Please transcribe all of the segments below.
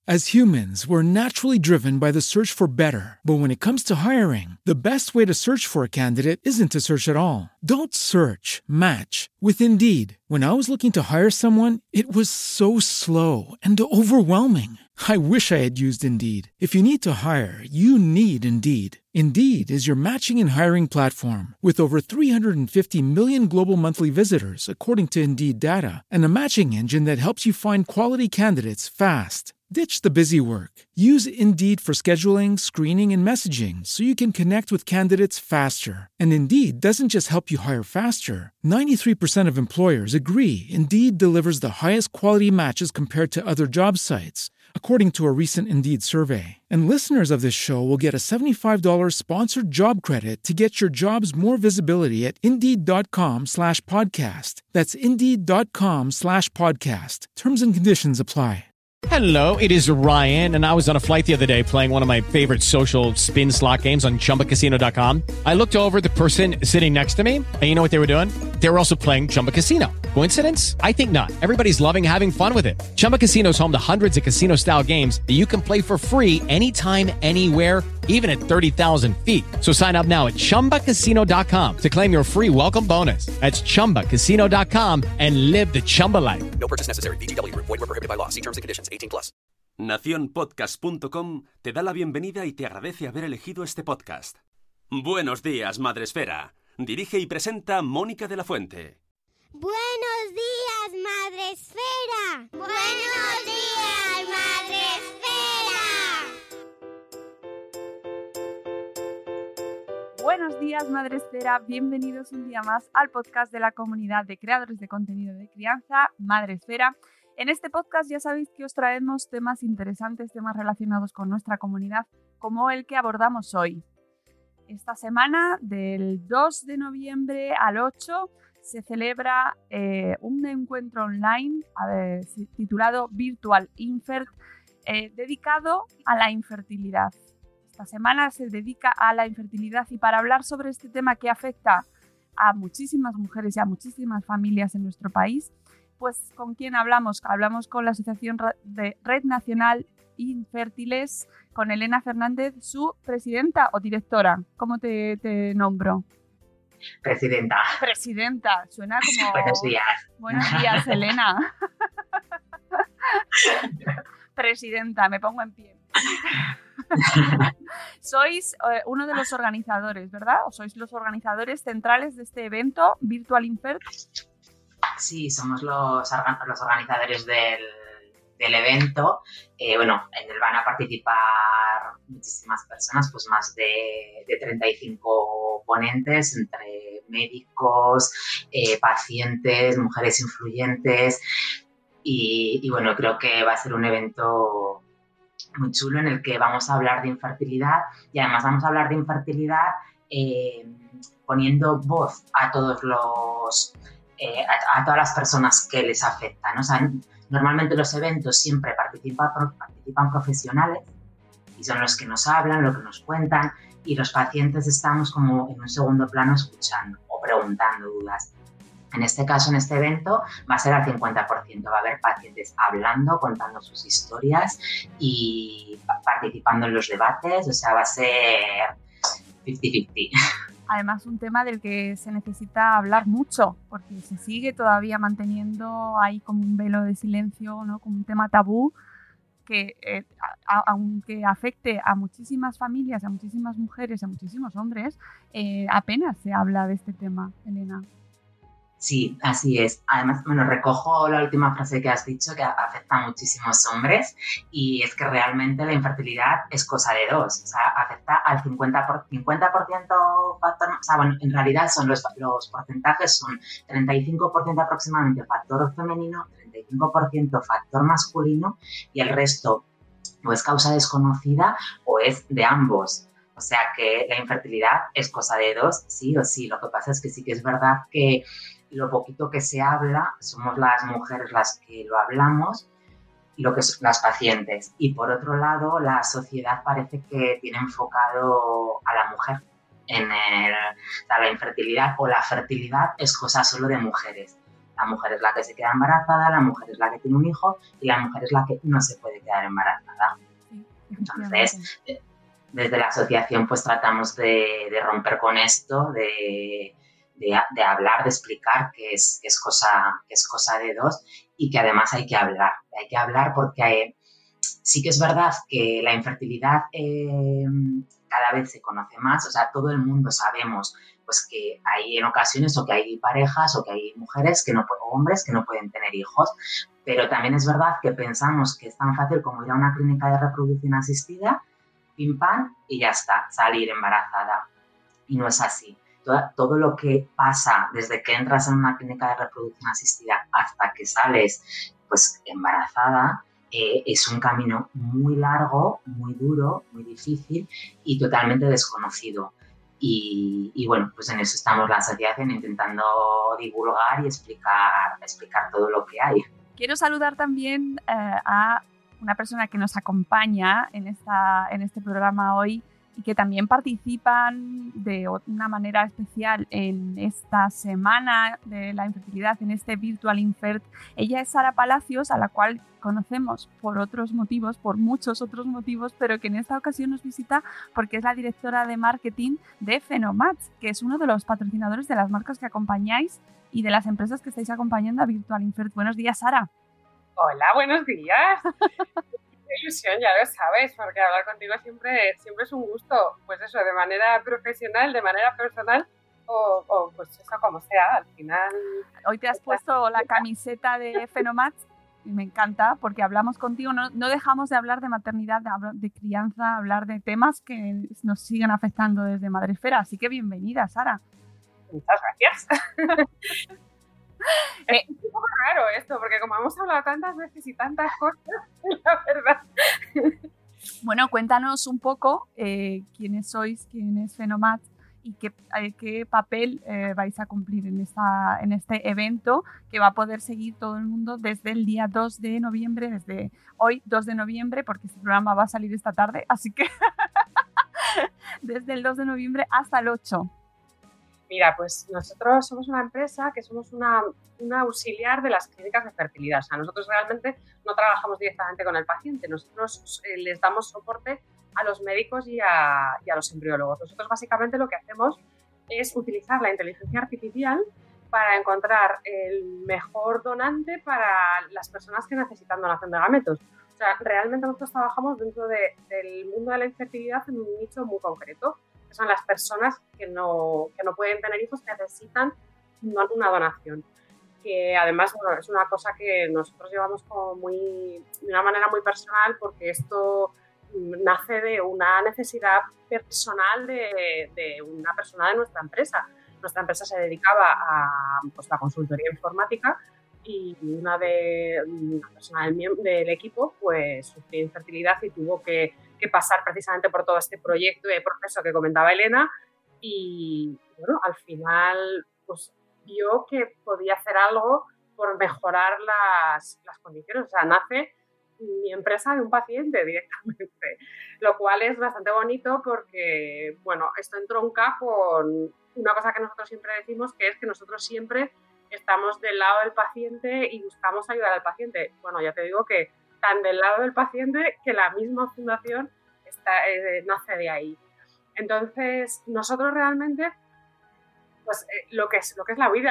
As humans, we're naturally driven by the search for better. But when it comes to hiring, the best way to search for a candidate isn't to search at all. Don't search, match with Indeed. When I was looking to hire someone, it was so slow and overwhelming. I wish I had used Indeed. If you need to hire, you need Indeed. Indeed is your matching and hiring platform with over 350 million global monthly visitors, according to Indeed data, and a matching engine that helps you find quality candidates fast. Ditch the busy work. Use Indeed for scheduling, screening, and messaging so you can connect with candidates faster. And Indeed doesn't just help you hire faster. 93% of employers agree Indeed delivers the highest quality matches compared to other job sites, according to a recent Indeed survey. And listeners of this show will get a $75 sponsored job credit to get your jobs more visibility at Indeed.com/podcast. That's Indeed.com/podcast. Terms and conditions apply. Hello, it is Ryan, and I was on a flight the other day playing one of my favorite social spin slot games on ChumbaCasino.com. I looked over at the person sitting next to me, and you know what they were doing? They were also playing Chumba Casino. Coincidence? I think not. Everybody's loving having fun with it. Chumba Casino is home to hundreds of casino-style games that you can play for free anytime, anywhere, even at 30,000 feet. So sign up now at ChumbaCasino.com to claim your free welcome bonus. That's ChumbaCasino.com and live the Chumba life. No purchase necessary. VGW. Void where prohibited by law. See terms and conditions. 18+. Nacionpodcast.com te da la bienvenida y te agradece haber elegido este podcast. Buenos días, Madresfera. Dirige y presenta Mónica de la Fuente. Buenos días, Madresfera. Buenos días, Madresfera. Buenos días, Madresfera. Bienvenidos un día más al podcast de la comunidad de creadores de contenido de crianza, Madresfera. En este podcast ya sabéis que os traemos temas interesantes, temas relacionados con nuestra comunidad, como el que abordamos hoy. Esta semana, del 2 de noviembre al 8, se celebra un encuentro online titulado Virtual Infert, dedicado a la infertilidad. Esta semana se dedica a la infertilidad y para hablar sobre este tema que afecta a muchísimas mujeres y a muchísimas familias en nuestro país, pues ¿con quién hablamos? Hablamos con la Asociación de Red Nacional Infértiles, con Elena Fernández, su presidenta o directora. ¿Cómo te nombro? Presidenta. Presidenta, suena como... Buenos días. Buenos días, Elena. Presidenta, me pongo en pie. Sois uno de los organizadores, ¿verdad? ¿O sois los organizadores centrales de este evento, Virtual Infert? Sí, somos los organizadores del evento. Bueno, en él van a participar muchísimas personas, pues más de 35 ponentes, entre médicos, pacientes, mujeres influyentes. Y bueno, creo que va a ser un evento muy chulo en el que vamos a hablar de infertilidad y además vamos a hablar de infertilidad poniendo voz a todos a todas las personas que les afectan, ¿no? O sea, normalmente los eventos siempre participan profesionales y son los que nos hablan, los que nos cuentan y los pacientes estamos como en un segundo plano escuchando o preguntando dudas. En este caso, en este evento, va a ser al 50%. Va a haber pacientes hablando, contando sus historias y participando en los debates. O sea, va a ser 50-50. Además, un tema del que se necesita hablar mucho, porque se sigue todavía manteniendo ahí como un velo de silencio, ¿no? Como un tema tabú que, aunque afecte a muchísimas familias, a muchísimas mujeres, a muchísimos hombres, apenas se habla de este tema, Elena. Sí, así es. Además, bueno, recojo la última frase que has dicho, que afecta a muchísimos hombres, y es que realmente la infertilidad es cosa de dos. O sea, afecta al 50% factor... O sea, bueno, en realidad son los porcentajes son 35% aproximadamente factor femenino, 35% factor masculino, y el resto o es causa desconocida o es de ambos. O sea que la infertilidad es cosa de dos, sí o sí. Lo que pasa es que sí que es verdad que lo poquito que se habla, somos las mujeres las que lo hablamos, lo que son las pacientes. Y por otro lado, la sociedad parece que tiene enfocado a la mujer en la infertilidad o la fertilidad es cosa solo de mujeres. La mujer es la que se queda embarazada, la mujer es la que tiene un hijo y la mujer es la que no se puede quedar embarazada. Entonces, desde la asociación pues tratamos de romper con esto, de hablar, de explicar que es cosa de dos y que además hay que hablar porque sí que es verdad que la infertilidad cada vez se conoce más, o sea, todo el mundo sabemos pues que hay en ocasiones o que hay parejas o que hay mujeres o hombres que no pueden tener hijos, pero también es verdad que pensamos que es tan fácil como ir a una clínica de reproducción asistida, pim pam, y ya está, salir embarazada. Y no es así. Todo lo que pasa desde que entras en una clínica de reproducción asistida hasta que sales pues embarazada, es un camino muy largo, muy duro, muy difícil y totalmente desconocido. Y bueno, pues en eso estamos la asociación intentando divulgar y explicar todo lo que hay. Quiero saludar también a una persona que nos acompaña en este programa hoy y que también participan de una manera especial en esta semana de la infertilidad, en este Virtual Infert. Ella es Sara Palacios, a la cual conocemos por otros motivos, por muchos otros motivos, pero que en esta ocasión nos visita porque es la directora de marketing de Fenomatch, que es uno de los patrocinadores de las marcas que acompañáis y de las empresas que estáis acompañando a Virtual Infert. Buenos días, Sara. Hola, buenos días. Qué ilusión, ya lo sabes, porque hablar contigo siempre es un gusto, pues eso, de manera profesional, de manera personal o pues eso como sea, al final. Hoy te has puesto la camiseta de Fenomatch y me encanta porque hablamos contigo, no dejamos de hablar de maternidad, de crianza, hablar de temas que nos siguen afectando desde Madresfera, así que bienvenida, Sara. Muchas gracias. Es un poco raro esto, porque como hemos hablado tantas veces y tantas cosas, la verdad. Bueno, cuéntanos un poco quiénes sois, quién es Fenomatch y qué papel vais a cumplir en este evento que va a poder seguir todo el mundo desde el día 2 de noviembre, desde hoy 2 de noviembre, porque este programa va a salir esta tarde, así que desde el 2 de noviembre hasta el 8. Mira, pues nosotros somos una empresa que somos una auxiliar de las clínicas de fertilidad. O sea, nosotros realmente no trabajamos directamente con el paciente. Nosotros les damos soporte a los médicos y a los embriólogos. Nosotros básicamente lo que hacemos es utilizar la inteligencia artificial para encontrar el mejor donante para las personas que necesitan donación de gametos. O sea, realmente nosotros trabajamos dentro del mundo de la infertilidad en un nicho muy concreto. Son las personas que no pueden tener hijos, necesitan una donación. Que además, bueno, es una cosa que nosotros llevamos como de una manera muy personal porque esto nace de una necesidad personal de una persona de nuestra empresa. Nuestra empresa se dedicaba a la consultoría informática y una persona del equipo pues sufrió infertilidad y tuvo que pasar precisamente por todo este proyecto y proceso que comentaba Elena y bueno, al final pues vio que podía hacer algo por mejorar las condiciones. O sea, nace mi empresa de un paciente directamente, lo cual es bastante bonito porque, bueno, esto entronca con una cosa que nosotros siempre decimos, que es que nosotros siempre estamos del lado del paciente y buscamos ayudar al paciente. Bueno, ya te digo que tan del lado del paciente que la misma fundación nace de ahí. Entonces, nosotros realmente, pues lo que es la vida.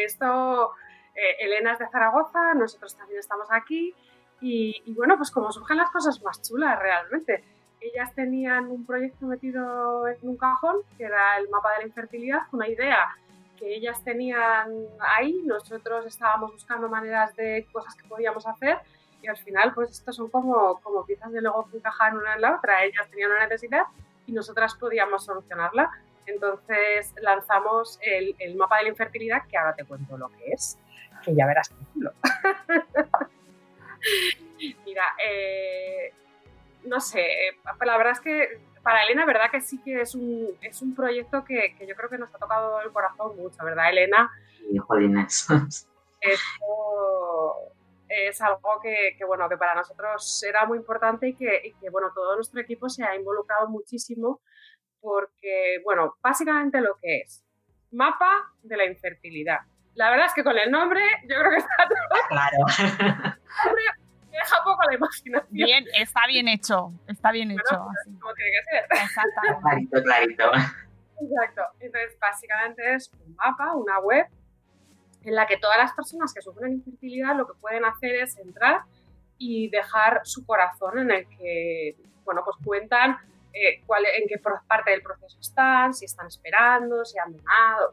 Elena es de Zaragoza, nosotros también estamos aquí y bueno, pues como surgen las cosas más chulas realmente. Ellas tenían un proyecto metido en un cajón, que era el mapa de la infertilidad, una idea que ellas tenían ahí, nosotros estábamos buscando maneras de cosas que podíamos hacer y al final pues estos son como piezas de Lego que encajan una en la otra. Ellas tenían una necesidad y nosotras podíamos solucionarla. Entonces lanzamos el mapa de la infertilidad, que ahora te cuento lo que es, que ya verás qué chulo. Mira, no sé, la verdad es que para Elena, verdad que sí que es un proyecto que yo creo que nos ha tocado el corazón mucho, ¿verdad, Elena? Sí, jolines. Esto es algo que bueno, que para nosotros era muy importante y que bueno, todo nuestro equipo se ha involucrado muchísimo porque, bueno, básicamente lo que es mapa de la infertilidad. La verdad es que con el nombre yo creo que está todo. Claro. Deja poco la imaginación. Bien, está bien hecho. Está bien hecho. Así. Como tiene que ser. Exactamente. Clarito. Exacto. Entonces, básicamente es un mapa, una web, en la que todas las personas que sufren infertilidad lo que pueden hacer es entrar y dejar su corazón en el que, bueno, pues cuentan en qué parte del proceso están, si están esperando, si han donado,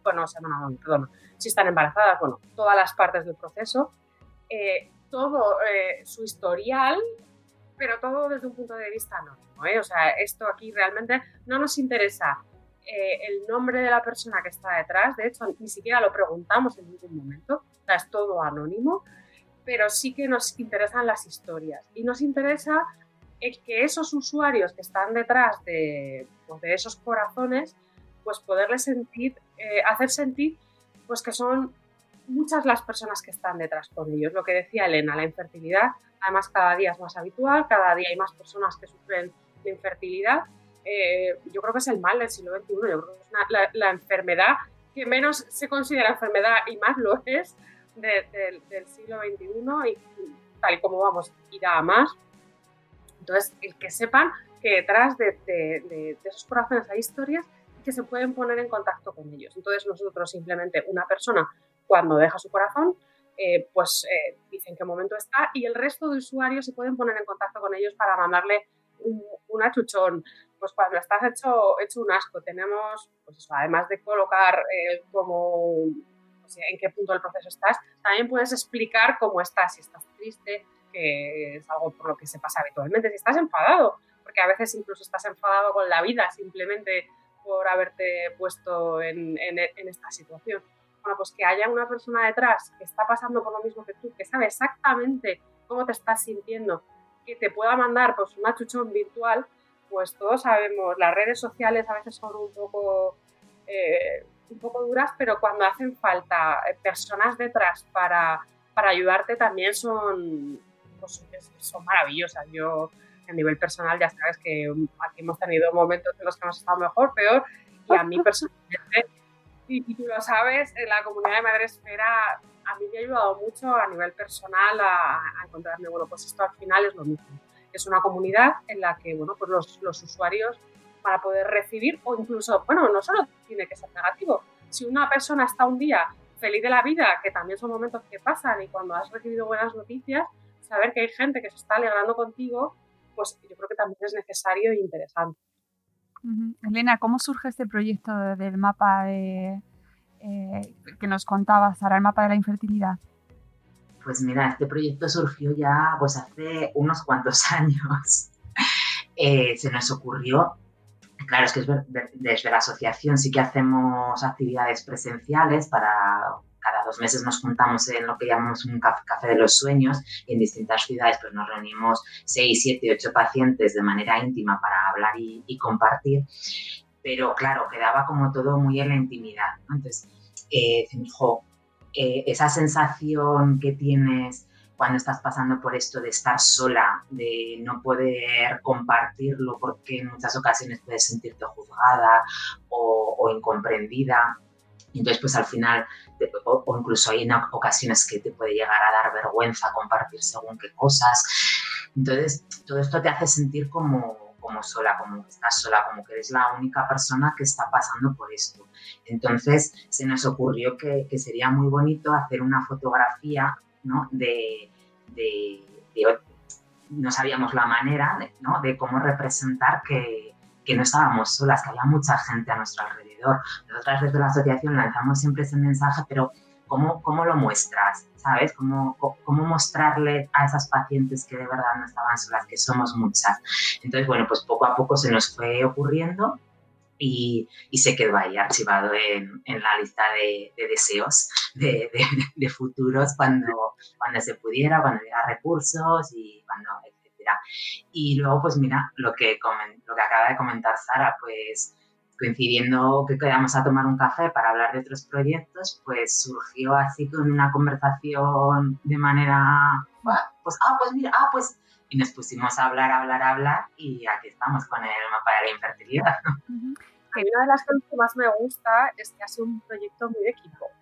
si están embarazadas, bueno, todas las partes del proceso, todo su historial, pero todo desde un punto de vista anónimo, ¿eh? O sea, esto aquí realmente no nos interesa el nombre de la persona que está detrás, de hecho, ni siquiera lo preguntamos en ningún momento, o sea, es todo anónimo, pero sí que nos interesan las historias y nos interesa que esos usuarios que están detrás de esos corazones, pues poderles hacer sentir pues que son muchas las personas que están detrás con ellos. Lo que decía Elena, la infertilidad, además cada día es más habitual, cada día hay más personas que sufren de infertilidad. Yo creo que es el mal del siglo XXI, yo creo que es la enfermedad que menos se considera enfermedad y más lo es del siglo XXI y tal y como vamos, irá a más. Entonces, el que sepan que detrás de esos corazones hay historias y que se pueden poner en contacto con ellos. Entonces, nosotros simplemente, una persona, cuando deja su corazón, dice en qué momento está y el resto de usuarios se pueden poner en contacto con ellos para mandarle un achuchón. Pues cuando estás hecho un asco, tenemos, pues eso, además de colocar en qué punto del proceso estás, también puedes explicar cómo estás, si estás triste, que es algo por lo que se pasa habitualmente, si estás enfadado, porque a veces incluso estás enfadado con la vida simplemente por haberte puesto en esta situación. Bueno, pues que haya una persona detrás que está pasando por lo mismo que tú, que sabe exactamente cómo te estás sintiendo, que te pueda mandar pues un achuchón virtual, pues todos sabemos, las redes sociales a veces son un poco duras, pero cuando hacen falta personas detrás para ayudarte también son maravillosas. Yo, a nivel personal, ya sabes que aquí hemos tenido momentos en los que hemos estado mejor, peor, y a mí personalmente, y tú lo sabes, en la comunidad de Madresfera a mí me ha ayudado mucho a nivel personal a encontrarme, bueno, pues esto al final es lo mismo. Es una comunidad en la que, bueno, pues los usuarios para poder recibir, o incluso, bueno, no solo tiene que ser negativo. Si una persona está un día feliz de la vida, que también son momentos que pasan, y cuando has recibido buenas noticias, saber que hay gente que se está alegrando contigo, pues yo creo que también es necesario e interesante. Elena, ¿cómo surge este proyecto del mapa que nos contabas, Sara, el mapa de la infertilidad? Pues mira, este proyecto surgió ya pues hace unos cuantos años. Se nos ocurrió, claro, es que desde la asociación sí que hacemos actividades presenciales cada 2 meses nos juntamos en lo que llamamos un café de los sueños y en distintas ciudades pues nos reunimos 6, 7, 8 pacientes de manera íntima para hablar y compartir, pero claro, quedaba como todo muy en la intimidad, ¿no? Entonces, esa sensación que tienes cuando estás pasando por esto de estar sola, de no poder compartirlo porque en muchas ocasiones puedes sentirte juzgada o incomprendida. Y entonces, pues al final, o incluso hay en ocasiones que te puede llegar a dar vergüenza compartir según qué cosas. Entonces, todo esto te hace sentir como sola, como que estás sola, como que eres la única persona que está pasando por esto. Entonces, se nos ocurrió que sería muy bonito hacer una fotografía, ¿no? No sabíamos la manera, ¿no? De cómo representar que no estábamos solas, que había mucha gente a nuestro alrededor. Nosotras desde la asociación lanzamos siempre ese mensaje, pero ¿cómo lo muestras? ¿Sabes? ¿Cómo mostrarle a esas pacientes que de verdad no estaban solas, que somos muchas? Entonces, bueno, pues poco a poco se nos fue ocurriendo y se quedó ahí archivado en la lista de deseos de futuros cuando se pudiera, cuando hubiera recursos y cuando etcétera. Y luego, pues mira, lo que acaba de comentar Sara, pues coincidiendo que quedamos a tomar un café para hablar de otros proyectos, pues surgió así con una conversación de manera, pues y nos pusimos a hablar y aquí estamos con el mapa de la infertilidad. A mí una de las cosas que más me gusta es que ha sido un proyecto muy de equipo.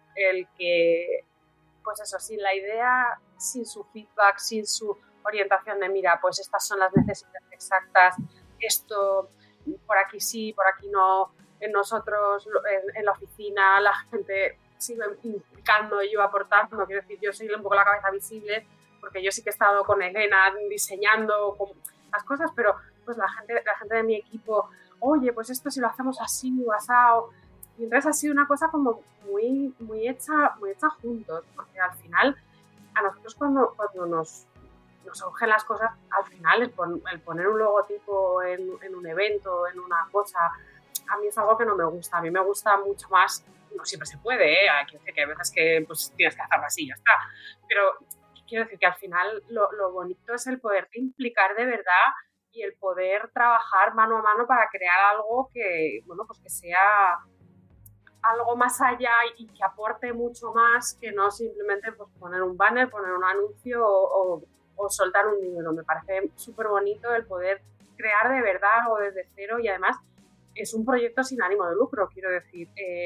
el que, pues eso, sin la idea, sin su feedback, sin su orientación de mira, pues estas son las necesidades exactas, esto por aquí sí, por aquí no, en nosotros, en la oficina, la gente sigue implicando y yo aportando, quiero decir, yo soy un poco la cabeza visible, porque yo sí que he estado con Elena diseñando las cosas, pero pues la gente de mi equipo, oye, pues esto si lo hacemos así o asado, y entonces ha sido una cosa como muy hecha juntos, porque al final a nosotros cuando nos surgen las cosas, al final el poner un logotipo en un evento, en una cosa, a mí es algo que no me gusta. A mí me gusta mucho más, no siempre se puede, quiero decir que hay veces que pues, tienes que hacerlo así y ya está, pero quiero decir que al final lo bonito es el poderte implicar de verdad y el poder trabajar mano a mano para crear algo que, bueno, pues que sea algo más allá y que aporte mucho más que no simplemente pues, poner un banner, poner un anuncio o soltar un dinero. Me parece súper bonito el poder crear de verdad algo desde cero y además es un proyecto sin ánimo de lucro, quiero decir.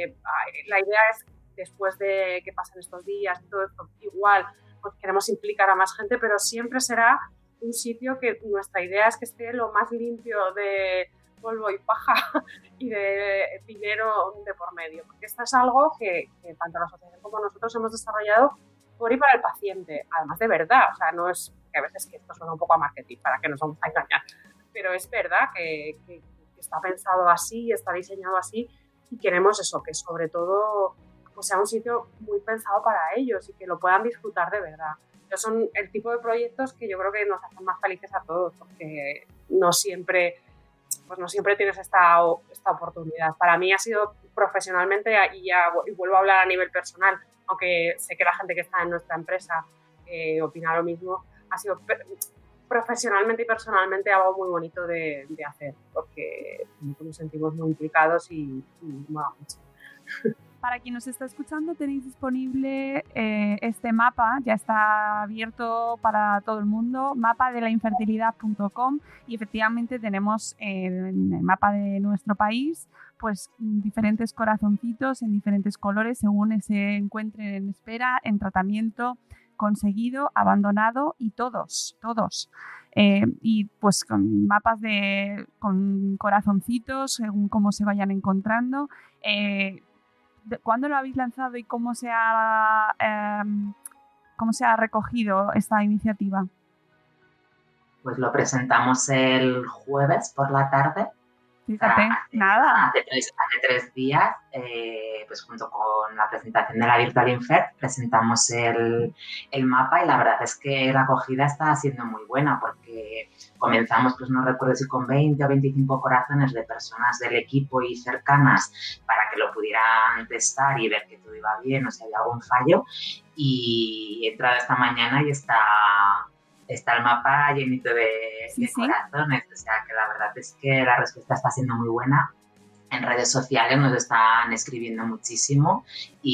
La idea es, después de que pasen estos días y todo esto, igual pues queremos implicar a más gente, pero siempre será un sitio que nuestra idea es que esté lo más limpio de polvo y paja y de dinero de por medio, porque esto es algo que tanto la asociación como nosotros hemos desarrollado por y para el paciente, además de verdad, o sea, no es que a veces que esto suena un poco a marketing, para que nos vamos a engañar, pero es verdad que está pensado así, está diseñado así y queremos eso, que sobre todo pues sea un sitio muy pensado para ellos y que lo puedan disfrutar de verdad. Pero son el tipo de proyectos que yo creo que nos hacen más felices a todos, porque no siempre tienes esta oportunidad. Para mí ha sido profesionalmente, y vuelvo a hablar a nivel personal, aunque sé que la gente que está en nuestra empresa opina lo mismo, ha sido profesionalmente y personalmente algo muy bonito de hacer, porque nos sentimos muy implicados y mola mucho. Para quien nos está escuchando, tenéis disponible este mapa, ya está abierto para todo el mundo, mapadelainfertilidad.com, y efectivamente tenemos en el mapa de nuestro país pues diferentes corazoncitos en diferentes colores según se encuentren en espera, en tratamiento, conseguido, abandonado y todos. Y pues con mapas con corazoncitos según cómo se vayan encontrando. ¿Cuándo lo habéis lanzado y cómo se ha recogido esta iniciativa? Pues lo presentamos el jueves por la tarde. Fíjate, hace 3 días, pues junto con la presentación de la Virtual Infert, presentamos el mapa y la verdad es que la acogida está siendo muy buena porque comenzamos, pues no recuerdo si con 20 o 25 corazones de personas del equipo y cercanas para que lo pudieran testar y ver que todo iba bien o si había algún fallo, y he entrado esta mañana y está el mapa llenito de corazones, o sea que la verdad es que la respuesta está siendo muy buena. En redes sociales nos están escribiendo muchísimo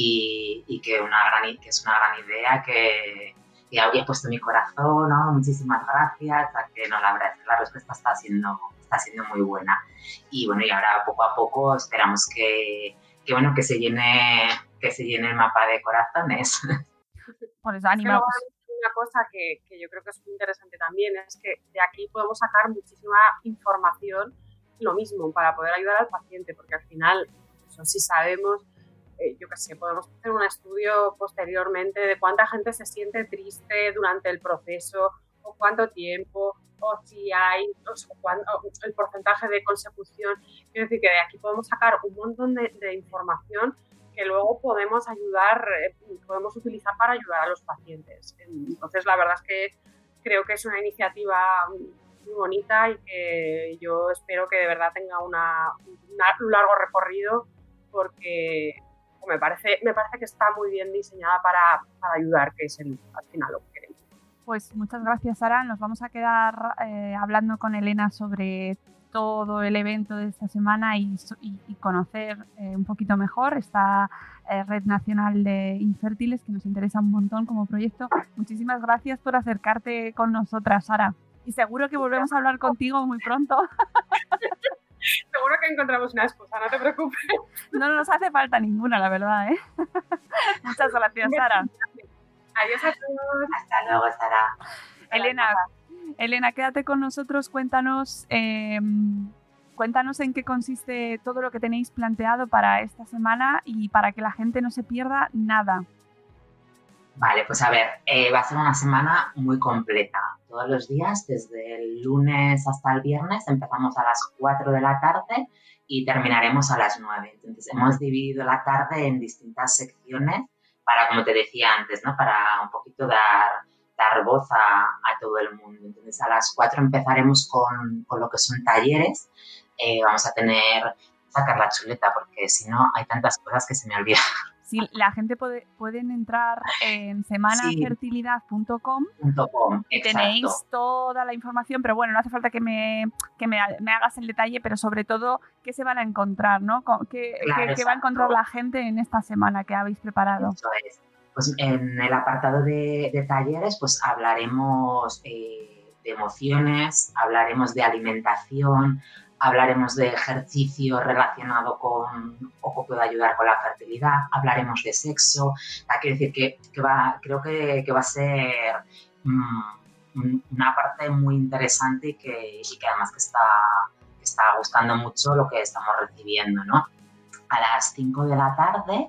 y que es una gran idea, que había puesto mi corazón, ¿no? Muchísimas gracias, o sea que no, la verdad es que la respuesta está siendo muy buena. Y bueno, y ahora poco a poco esperamos que se llene el mapa de corazones. Pues ánimo. Una cosa que yo creo que es muy interesante también es que de aquí podemos sacar muchísima información, lo mismo, para poder ayudar al paciente, porque al final, eso sí sabemos, yo qué sé, podemos hacer un estudio posteriormente de cuánta gente se siente triste durante el proceso, o cuánto tiempo, o si hay, el porcentaje de consecución. Quiero decir que de aquí podemos sacar un montón de información que luego podemos utilizar para ayudar a los pacientes. Entonces, la verdad es que creo que es una iniciativa muy bonita y que yo espero que de verdad tenga un largo recorrido, porque me parece que está muy bien diseñada para ayudar, que es al final lo que queremos. Pues muchas gracias, Sara. Nos vamos a quedar hablando con Elena sobre todo el evento de esta semana y conocer un poquito mejor esta Red Nacional de Infértiles, que nos interesa un montón como proyecto. Muchísimas gracias por acercarte con nosotras, Sara. Y seguro que volvemos a hablar contigo muy pronto. Seguro que encontramos una excusa, no te preocupes. No nos hace falta ninguna, la verdad, ¿eh? Muchas gracias, Sara. Adiós a todos. Hasta luego, Sara. Elena, quédate con nosotros, cuéntanos en qué consiste todo lo que tenéis planteado para esta semana y para que la gente no se pierda nada. Vale, pues a ver, va a ser una semana muy completa. Todos los días, desde el lunes hasta el viernes, empezamos a las 4 de la tarde y terminaremos a las 9. Entonces, hemos dividido la tarde en distintas secciones para, como te decía antes, ¿no? Para un poquito dar voz a todo el mundo. Entonces, a las 4 empezaremos con lo que son talleres. Vamos a sacar la chuleta porque si no hay tantas cosas que se me olvidan. Sí, la gente pueden entrar en semanafertilidad.com y tenéis toda la información, pero bueno, no hace falta que me hagas el detalle, pero sobre todo qué se van a encontrar, ¿no? ¿Qué va a encontrar la gente en esta semana que habéis preparado? Eso es. Pues en el apartado de talleres pues hablaremos de emociones, hablaremos de alimentación, hablaremos de ejercicio relacionado con o que pueda ayudar con la fertilidad, hablaremos de sexo. Quiero decir que creo que va a ser una parte muy interesante y que además que está gustando mucho lo que estamos recibiendo, ¿no? A las 5 de la tarde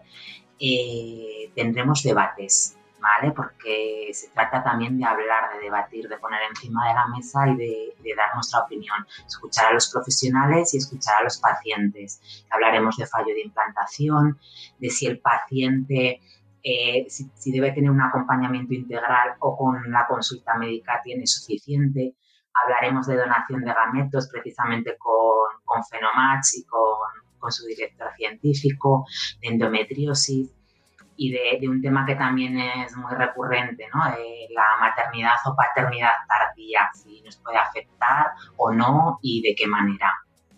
tendremos debates, ¿vale? Porque se trata también de hablar, de debatir, de poner encima de la mesa y de dar nuestra opinión, escuchar a los profesionales y escuchar a los pacientes. Hablaremos de fallo de implantación, de si el paciente si debe tener un acompañamiento integral o con la consulta médica tiene suficiente. Hablaremos de donación de gametos precisamente con Phenomatch y con su director científico, de endometriosis y de un tema que también es muy recurrente, ¿no? La maternidad o paternidad tardía, si nos puede afectar o no y de qué manera.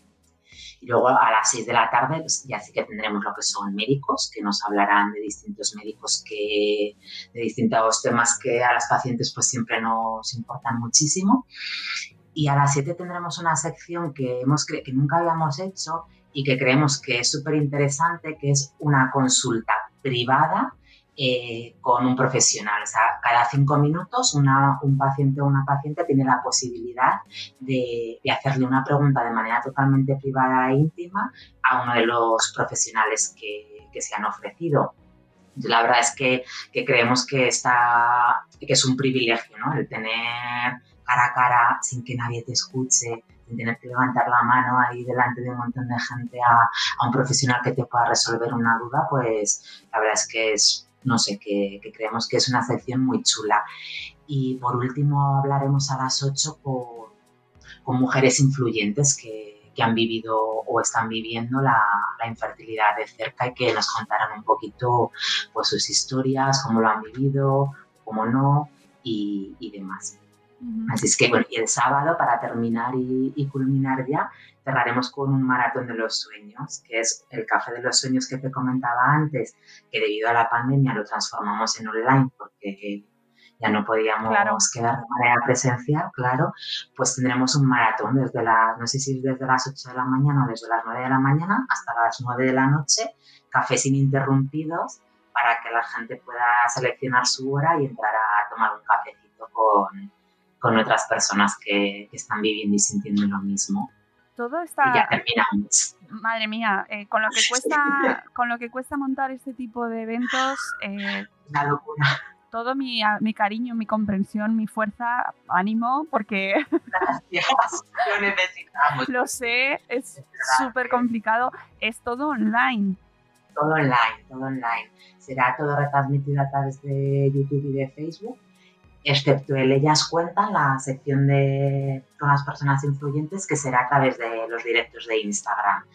Y luego a las 6 de la tarde pues ya sí que tendremos lo que son médicos, que nos hablarán de distintos médicos, de distintos temas que a las pacientes pues siempre nos importan muchísimo. Y a las 7 tendremos una sección que nunca habíamos hecho y que creemos que es súper interesante, que es una consulta privada con un profesional. O sea, cada 5 minutos un paciente o una paciente tiene la posibilidad de hacerle una pregunta de manera totalmente privada e íntima a uno de los profesionales que se han ofrecido. La verdad es que creemos que es un privilegio, ¿no? El tener cara a cara, sin que nadie te escuche, sin tener que levantar la mano ahí delante de un montón de gente a un profesional que te pueda resolver una duda, pues la verdad es que que creemos que es una sección muy chula. Y por último hablaremos a las 8 con mujeres influyentes que han vivido o están viviendo la infertilidad de cerca y que nos contarán un poquito pues sus historias, cómo lo han vivido, cómo no y demás. Así es que, bueno, y el sábado, para terminar y culminar ya, cerraremos con un maratón de los sueños, que es el café de los sueños que te comentaba antes, que debido a la pandemia lo transformamos en online porque ya no podíamos quedar de manera presencial, claro, pues tendremos un maratón no sé si desde las 8 de la mañana o desde las 9 de la mañana hasta las 9 de la noche, cafés ininterrumpidos para que la gente pueda seleccionar su hora y entrar a tomar un cafecito con otras personas que están viviendo y sintiendo lo mismo. Todo está... Y ya terminamos. Madre mía, con lo que cuesta montar este tipo de eventos... Una locura. Todo mi cariño, mi comprensión, mi fuerza, ánimo, porque... Gracias, lo necesitamos. Lo sé, es súper complicado. Es todo online. Todo online. Será todo retransmitido a través de YouTube y de Facebook, excepto el Ellas Cuentan, la sección con las personas influyentes, que será a través de los directos de Instagram.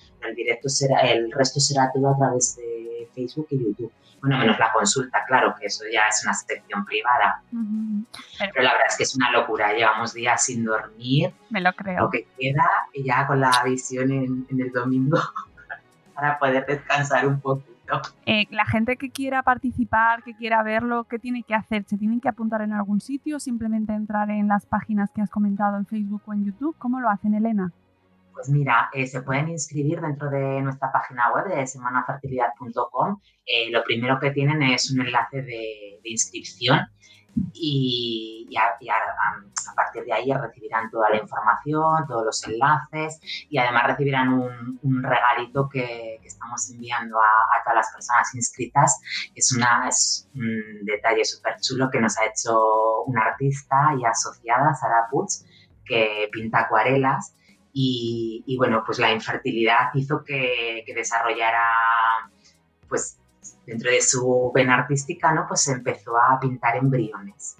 El resto será todo a través de Facebook y YouTube. Bueno, menos la consulta, claro, que eso ya es una sección privada. Uh-huh. Pero la verdad es que es una locura. Llevamos días sin dormir. Me lo creo. Lo que queda, y ya con la visión en el domingo para poder descansar un poquito. La gente que quiera participar, que quiera verlo, ¿qué tiene que hacer? ¿Se tienen que apuntar en algún sitio? ¿Simplemente entrar en las páginas que has comentado en Facebook o en YouTube? ¿Cómo lo hacen, Elena? Pues mira, se pueden inscribir dentro de nuestra página web de semanafertilidad.com. Lo primero que tienen es un enlace de inscripción y a partir de ahí recibirán toda la información, todos los enlaces y además recibirán un regalito que estamos enviando a todas las personas inscritas. Es un detalle súper chulo que nos ha hecho una artista y asociada, Sara Puig, que pinta acuarelas y bueno, pues la infertilidad hizo que desarrollara, pues dentro de su vena artística, ¿no? Pues empezó a pintar embriones.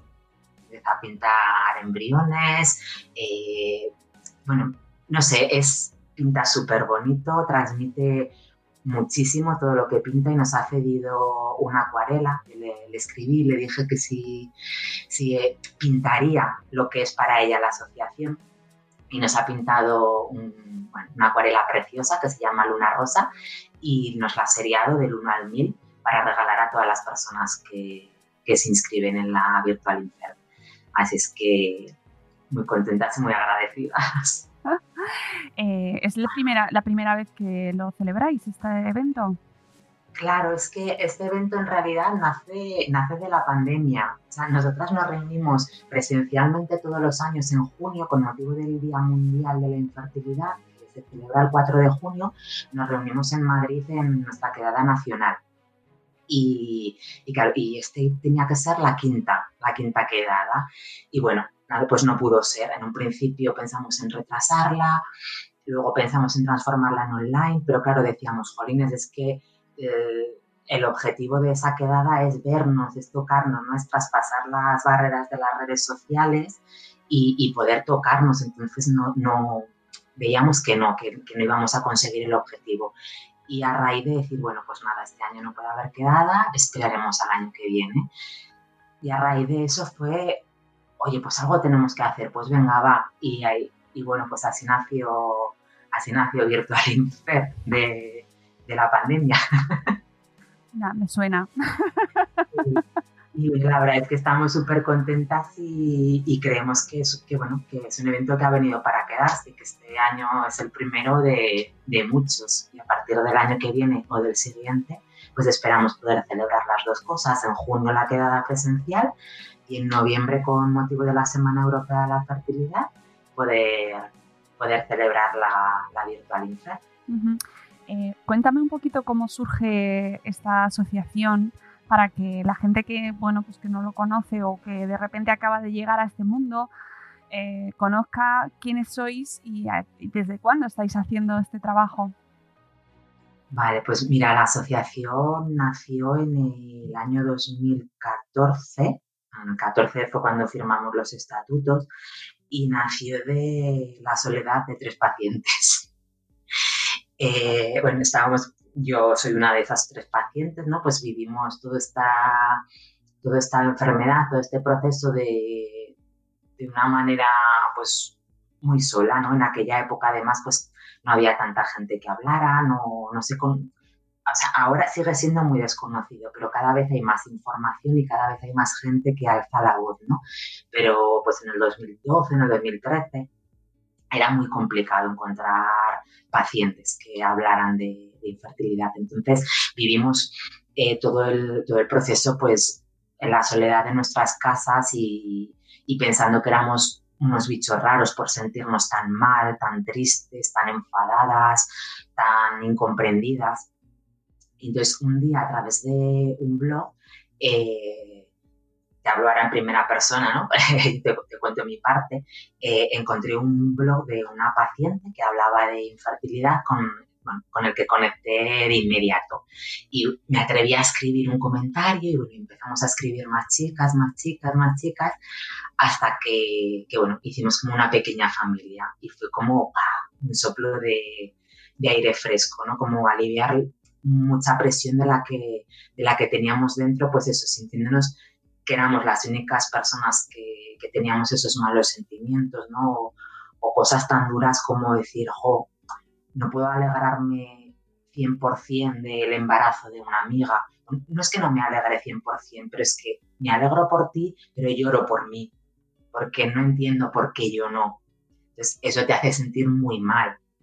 Bueno, no sé, pinta súper bonito, transmite muchísimo todo lo que pinta y nos ha cedido una acuarela. Le escribí, le dije que si pintaría lo que es para ella la asociación y nos ha pintado una acuarela preciosa que se llama Luna Rosa y nos la ha seriado del 1 al 1000 para regalar a todas las personas que se inscriben en la Virtual Infer. Así es que muy contentas y muy agradecidas. ¿Es la primera vez que lo celebráis, este evento? Claro, es que este evento en realidad nace de la pandemia. O sea, nosotras nos reunimos presencialmente todos los años en junio con motivo del Día Mundial de la Infertilidad, que se celebra el 4 de junio. Nos reunimos en Madrid en nuestra quedada nacional. Y este tenía que ser la quinta quedada. Y bueno, pues no pudo ser. En un principio pensamos en retrasarla, luego pensamos en transformarla en online, pero claro, decíamos, jolines, es que el objetivo de esa quedada es vernos, es tocarnos, ¿no? Es traspasar las barreras de las redes sociales y poder tocarnos. Entonces no veíamos que no íbamos a conseguir el objetivo. Y a raíz de decir, bueno, pues nada, este año no puede haber quedada, esperaremos al año que viene. Y a raíz de eso fue, oye, pues algo tenemos que hacer, pues venga, va. Y bueno, pues así nació Virtual Infer de la pandemia. Ya, me suena. Y la verdad es que estamos súper contentas y creemos que es un evento que ha venido para quedarse, que este año es el primero de muchos. Y a partir del año que viene o del siguiente, pues esperamos poder celebrar las dos cosas. En junio la quedada presencial y en noviembre, con motivo de la Semana Europea de la Fertilidad, poder celebrar la Virtual Infer. Uh-huh. Cuéntame un poquito cómo surge esta asociación para que la gente que no lo conoce o que de repente acaba de llegar a este mundo conozca quiénes sois y desde cuándo estáis haciendo este trabajo. Vale, pues mira, la asociación nació en el año 2014. En el 2014 fue cuando firmamos los estatutos y nació de la soledad de 3 pacientes. Yo soy una de esas 3 pacientes, ¿no? Pues vivimos toda esta enfermedad, todo este proceso de una manera, pues, muy sola, ¿no? En aquella época, además, pues, no había tanta gente que hablara, no sé o sea, ahora sigue siendo muy desconocido, pero cada vez hay más información y cada vez hay más gente que alza la voz, ¿no? Pero, pues, en el 2012, en el 2013, era muy complicado encontrar pacientes que hablaran de infertilidad. Entonces vivimos todo el proceso pues en la soledad de nuestras casas y pensando que éramos unos bichos raros por sentirnos tan mal, tan tristes, tan enfadadas, tan incomprendidas. Entonces un día, a través de un blog, te hablo ahora en primera persona, ¿no? te cuento mi parte. Encontré un blog de una paciente que hablaba de infertilidad con el que conecté de inmediato. Y me atreví a escribir un comentario y bueno, empezamos a escribir más chicas, hasta que hicimos como una pequeña familia. Y fue como un soplo de aire fresco, ¿no? Como aliviar mucha presión de la que teníamos dentro, pues eso, sintiéndonos que éramos las únicas personas que teníamos esos malos sentimientos, ¿no? O cosas tan duras como decir, no puedo alegrarme 100% del embarazo de una amiga. No es que no me alegre 100%, pero es que me alegro por ti, pero lloro por mí, porque no entiendo por qué yo no. Entonces, eso te hace sentir muy mal,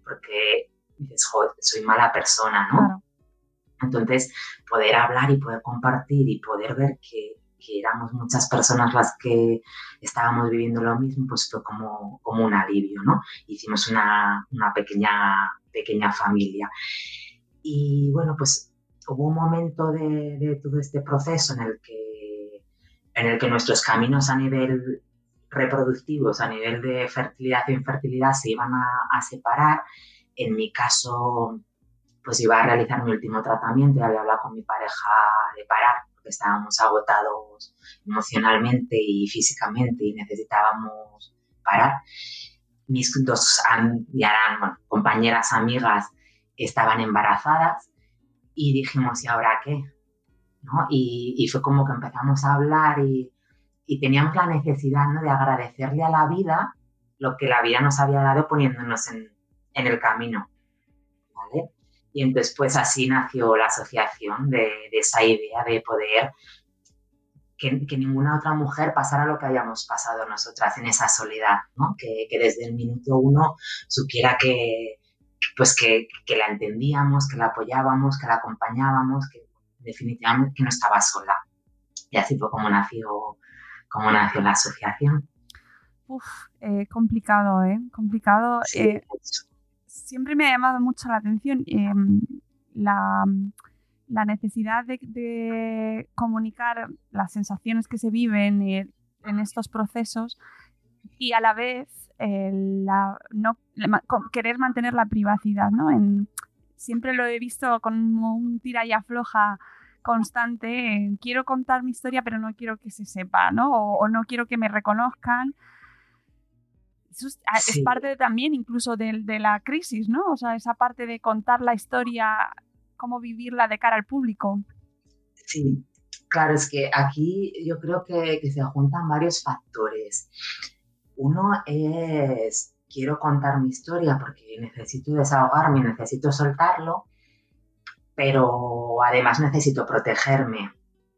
porque dices, joder, soy mala persona, ¿no? Claro. Entonces, poder hablar y poder compartir y poder ver que éramos muchas personas las que estábamos viviendo lo mismo, pues fue como un alivio, ¿no? Hicimos una pequeña familia. Y bueno, pues hubo un momento de todo este proceso en el que nuestros caminos a nivel reproductivos, a nivel de fertilidad e infertilidad, se iban a separar. En mi caso, pues iba a realizar mi último tratamiento y había hablado con mi pareja de parar, porque estábamos agotados emocionalmente y físicamente y necesitábamos parar. Mis dos compañeras, amigas, estaban embarazadas y dijimos, ¿y ahora qué? ¿No? Y fue como que empezamos a hablar y teníamos la necesidad, ¿no?, de agradecerle a la vida lo que la vida nos había dado poniéndonos en el camino, ¿vale? Y entonces pues así nació la asociación de esa idea de poder que ninguna otra mujer pasara lo que hayamos pasado nosotras en esa soledad, ¿no? Que desde el minuto uno supiera que la entendíamos, que la apoyábamos, que la acompañábamos, que definitivamente que no estaba sola. Y así fue como nació la asociación. Complicado, ¿eh? Complicado. Sí, Siempre me ha llamado mucho la atención la necesidad de comunicar las sensaciones que se viven en estos procesos y a la vez querer mantener la privacidad, ¿no? Siempre lo he visto como un tira y afloja constante. Quiero contar mi historia, pero no quiero que se sepa, ¿no? O no quiero que me reconozcan. Eso es parte también incluso de la crisis, ¿no? O sea, esa parte de contar la historia, cómo vivirla de cara al público. Sí, claro, es que aquí yo creo que se juntan varios factores. Uno es, quiero contar mi historia porque necesito desahogarme, necesito soltarlo, pero además necesito protegerme,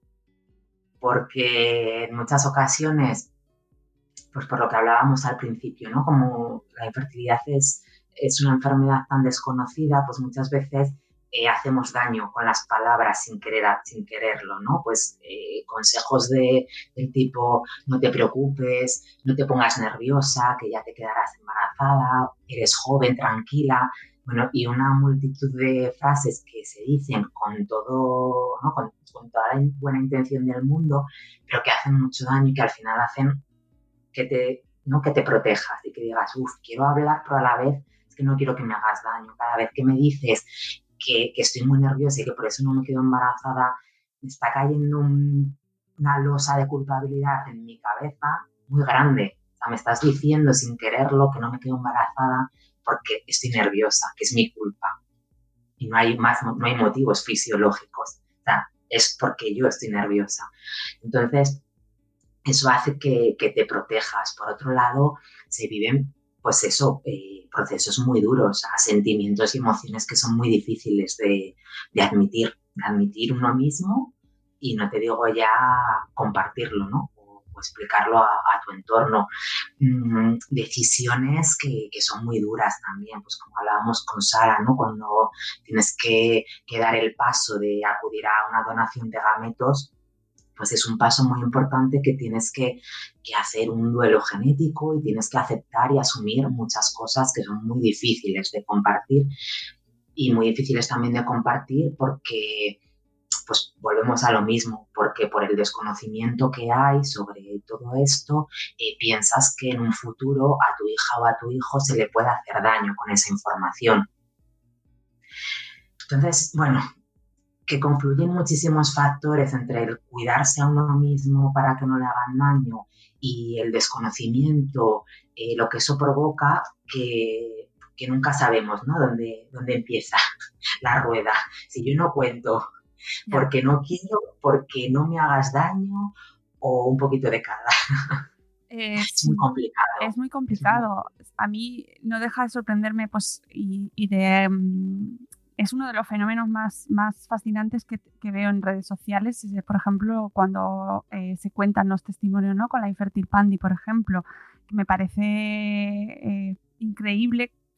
porque en muchas ocasiones, pues por lo que hablábamos al principio, ¿no? Como la infertilidad es una enfermedad tan desconocida, pues muchas veces hacemos daño con las palabras sin quererlo, ¿no? Pues consejos del tipo, no te preocupes, no te pongas nerviosa, que ya te quedarás embarazada, eres joven, tranquila, bueno, y una multitud de frases que se dicen con todo, ¿no?, con toda la buena intención del mundo, pero que hacen mucho daño y que al final hacen que te protejas y que digas, quiero hablar, pero a la vez es que no quiero que me hagas daño. Cada vez que me dices que estoy muy nerviosa y que por eso no me quedo embarazada, me está cayendo una losa de culpabilidad en mi cabeza muy grande. O sea, me estás diciendo sin quererlo que no me quedo embarazada porque estoy nerviosa, que es mi culpa. Y no hay motivos fisiológicos. O sea, es porque yo estoy nerviosa. Entonces, eso hace que te protejas. Por otro lado, se viven, pues eso, procesos muy duros, sentimientos y emociones que son muy difíciles de admitir uno mismo, y no te digo ya compartirlo, ¿no? O explicarlo a tu entorno. Decisiones que son muy duras también, pues como hablábamos con Sara, ¿no? Cuando tienes que dar el paso de acudir a una donación de gametos, pues es un paso muy importante que tienes que hacer un duelo genético y tienes que aceptar y asumir muchas cosas que son muy difíciles de compartir, y muy difíciles también de compartir porque, pues volvemos a lo mismo, porque por el desconocimiento que hay sobre todo esto, piensas que en un futuro a tu hija o a tu hijo se le puede hacer daño con esa información. Entonces, bueno, que confluyen muchísimos factores entre el cuidarse a uno mismo para que no le hagan daño y el desconocimiento, lo que eso provoca, que nunca sabemos, ¿no?, dónde empieza la rueda. Si yo no cuento porque no quiero, porque no me hagas daño, o un poquito de cada. Es muy complicado. Es muy complicado. A mí no deja de sorprenderme, pues, es uno de los fenómenos más fascinantes que veo en redes sociales. Por ejemplo, cuando se cuentan los testimonios, ¿no?, con la Infertil Pandi, por ejemplo, que me parece increíble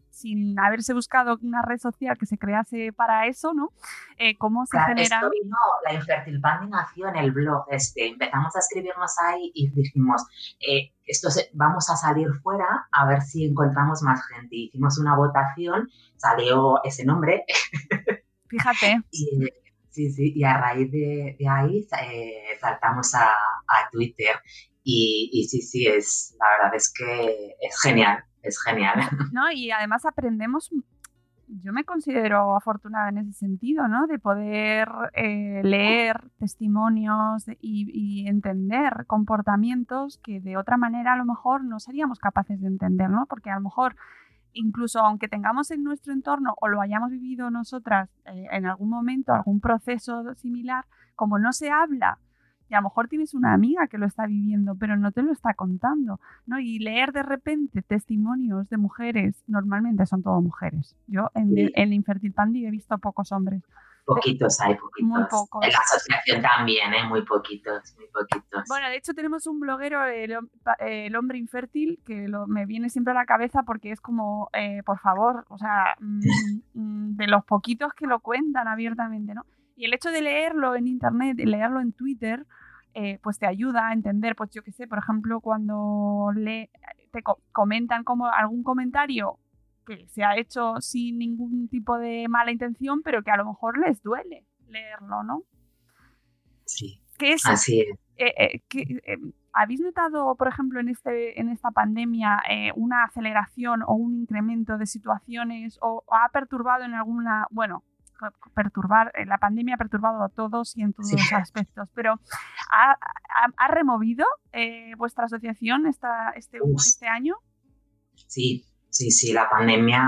sin haberse buscado una red social que se crease para eso, ¿no? ¿Cómo se genera? Esto vino, la Infertil Pandy nació en el blog empezamos a escribirnos ahí y dijimos, vamos a salir fuera a ver si encontramos más gente. Hicimos una votación, salió ese nombre. Fíjate. Y a raíz de ahí saltamos a Twitter y sí, la verdad es que es genial. No, y además aprendemos, yo me considero afortunada en ese sentido, ¿no? De poder leer testimonios y entender comportamientos que de otra manera a lo mejor no seríamos capaces de entender, ¿no? Porque a lo mejor incluso aunque tengamos en nuestro entorno o lo hayamos vivido nosotras en algún momento, algún proceso similar, como no se habla, y a lo mejor tienes una amiga que lo está viviendo, pero no te lo está contando, ¿no? Y leer de repente testimonios de mujeres, normalmente son todo mujeres. Yo en Infertil Pandy he visto pocos hombres. Poquitos hay, poquitos. Muy pocos. En la asociación también, muy poquitos. Bueno, de hecho tenemos un bloguero, el hombre infértil, que me viene siempre a la cabeza porque es como, por favor, o sea, de los poquitos que lo cuentan abiertamente, ¿no? Y el hecho de leerlo en internet, de leerlo en Twitter, pues te ayuda a entender, pues yo qué sé, por ejemplo, cuando te comentan como algún comentario que se ha hecho sin ningún tipo de mala intención, pero que a lo mejor les duele leerlo, ¿no? Sí, así es. ¿Habéis notado, por ejemplo, en esta pandemia una aceleración o un incremento de situaciones o ha perturbado en alguna... Bueno, la pandemia ha perturbado a todos y en todos los aspectos, pero ¿ha removido vuestra asociación este año? Sí, la pandemia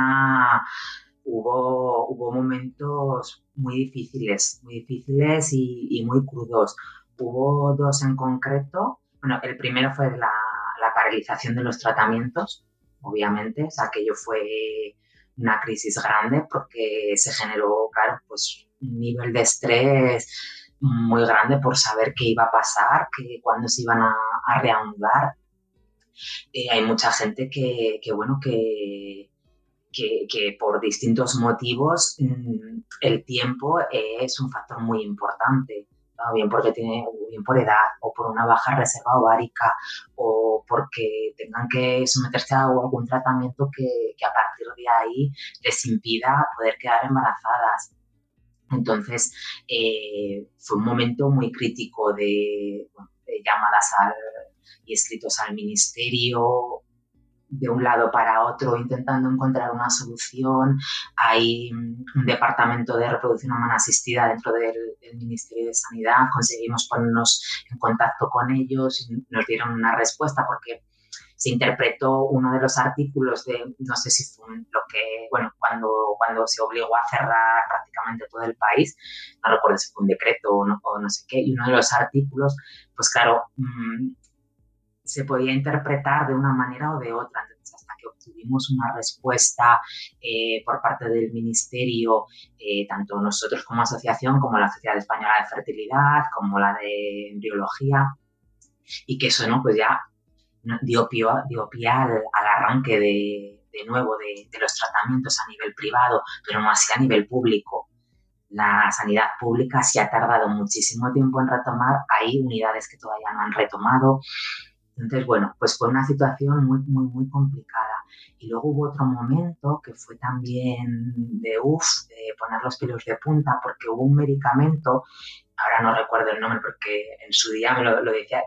hubo momentos muy difíciles y muy crudos. Hubo dos en concreto. Bueno, el primero fue la paralización de los tratamientos, obviamente, o sea, aquello fue una crisis grande porque se generó, claro, pues un nivel de estrés muy grande por saber qué iba a pasar, cuándo se iban a reanudar. Hay mucha gente que por distintos motivos el tiempo es un factor muy importante, ¿no? Bien por edad o por una baja reserva ovárica o porque tengan que someterse a algún tratamiento que a partir de ahí les impida poder quedar embarazadas. Entonces fue un momento muy crítico de llamadas y escritos al ministerio de un lado para otro intentando encontrar una solución. Hay un departamento de reproducción humana asistida dentro del Ministerio de Sanidad. Conseguimos ponernos en contacto con ellos y nos dieron una respuesta porque se interpretó uno de los artículos no sé si fue cuando se obligó a cerrar prácticamente todo el país, no recuerdo si fue un decreto o no sé qué, y uno de los artículos, pues claro, se podía interpretar de una manera o de otra. Entonces, hasta que obtuvimos una respuesta por parte del Ministerio, tanto nosotros como asociación, como la Sociedad Española de Fertilidad, como la de Embriología, y que eso, ¿no? Pues ya dio pie al arranque de nuevo de los tratamientos a nivel privado, pero no así a nivel público. La sanidad pública sí ha tardado muchísimo tiempo en retomar. Hay unidades que todavía no han retomado. Entonces, bueno, pues fue una situación muy, muy, muy complicada. Y luego hubo otro momento que fue también de poner los pelos de punta, porque hubo un medicamento, ahora no recuerdo el nombre porque en su día me lo decía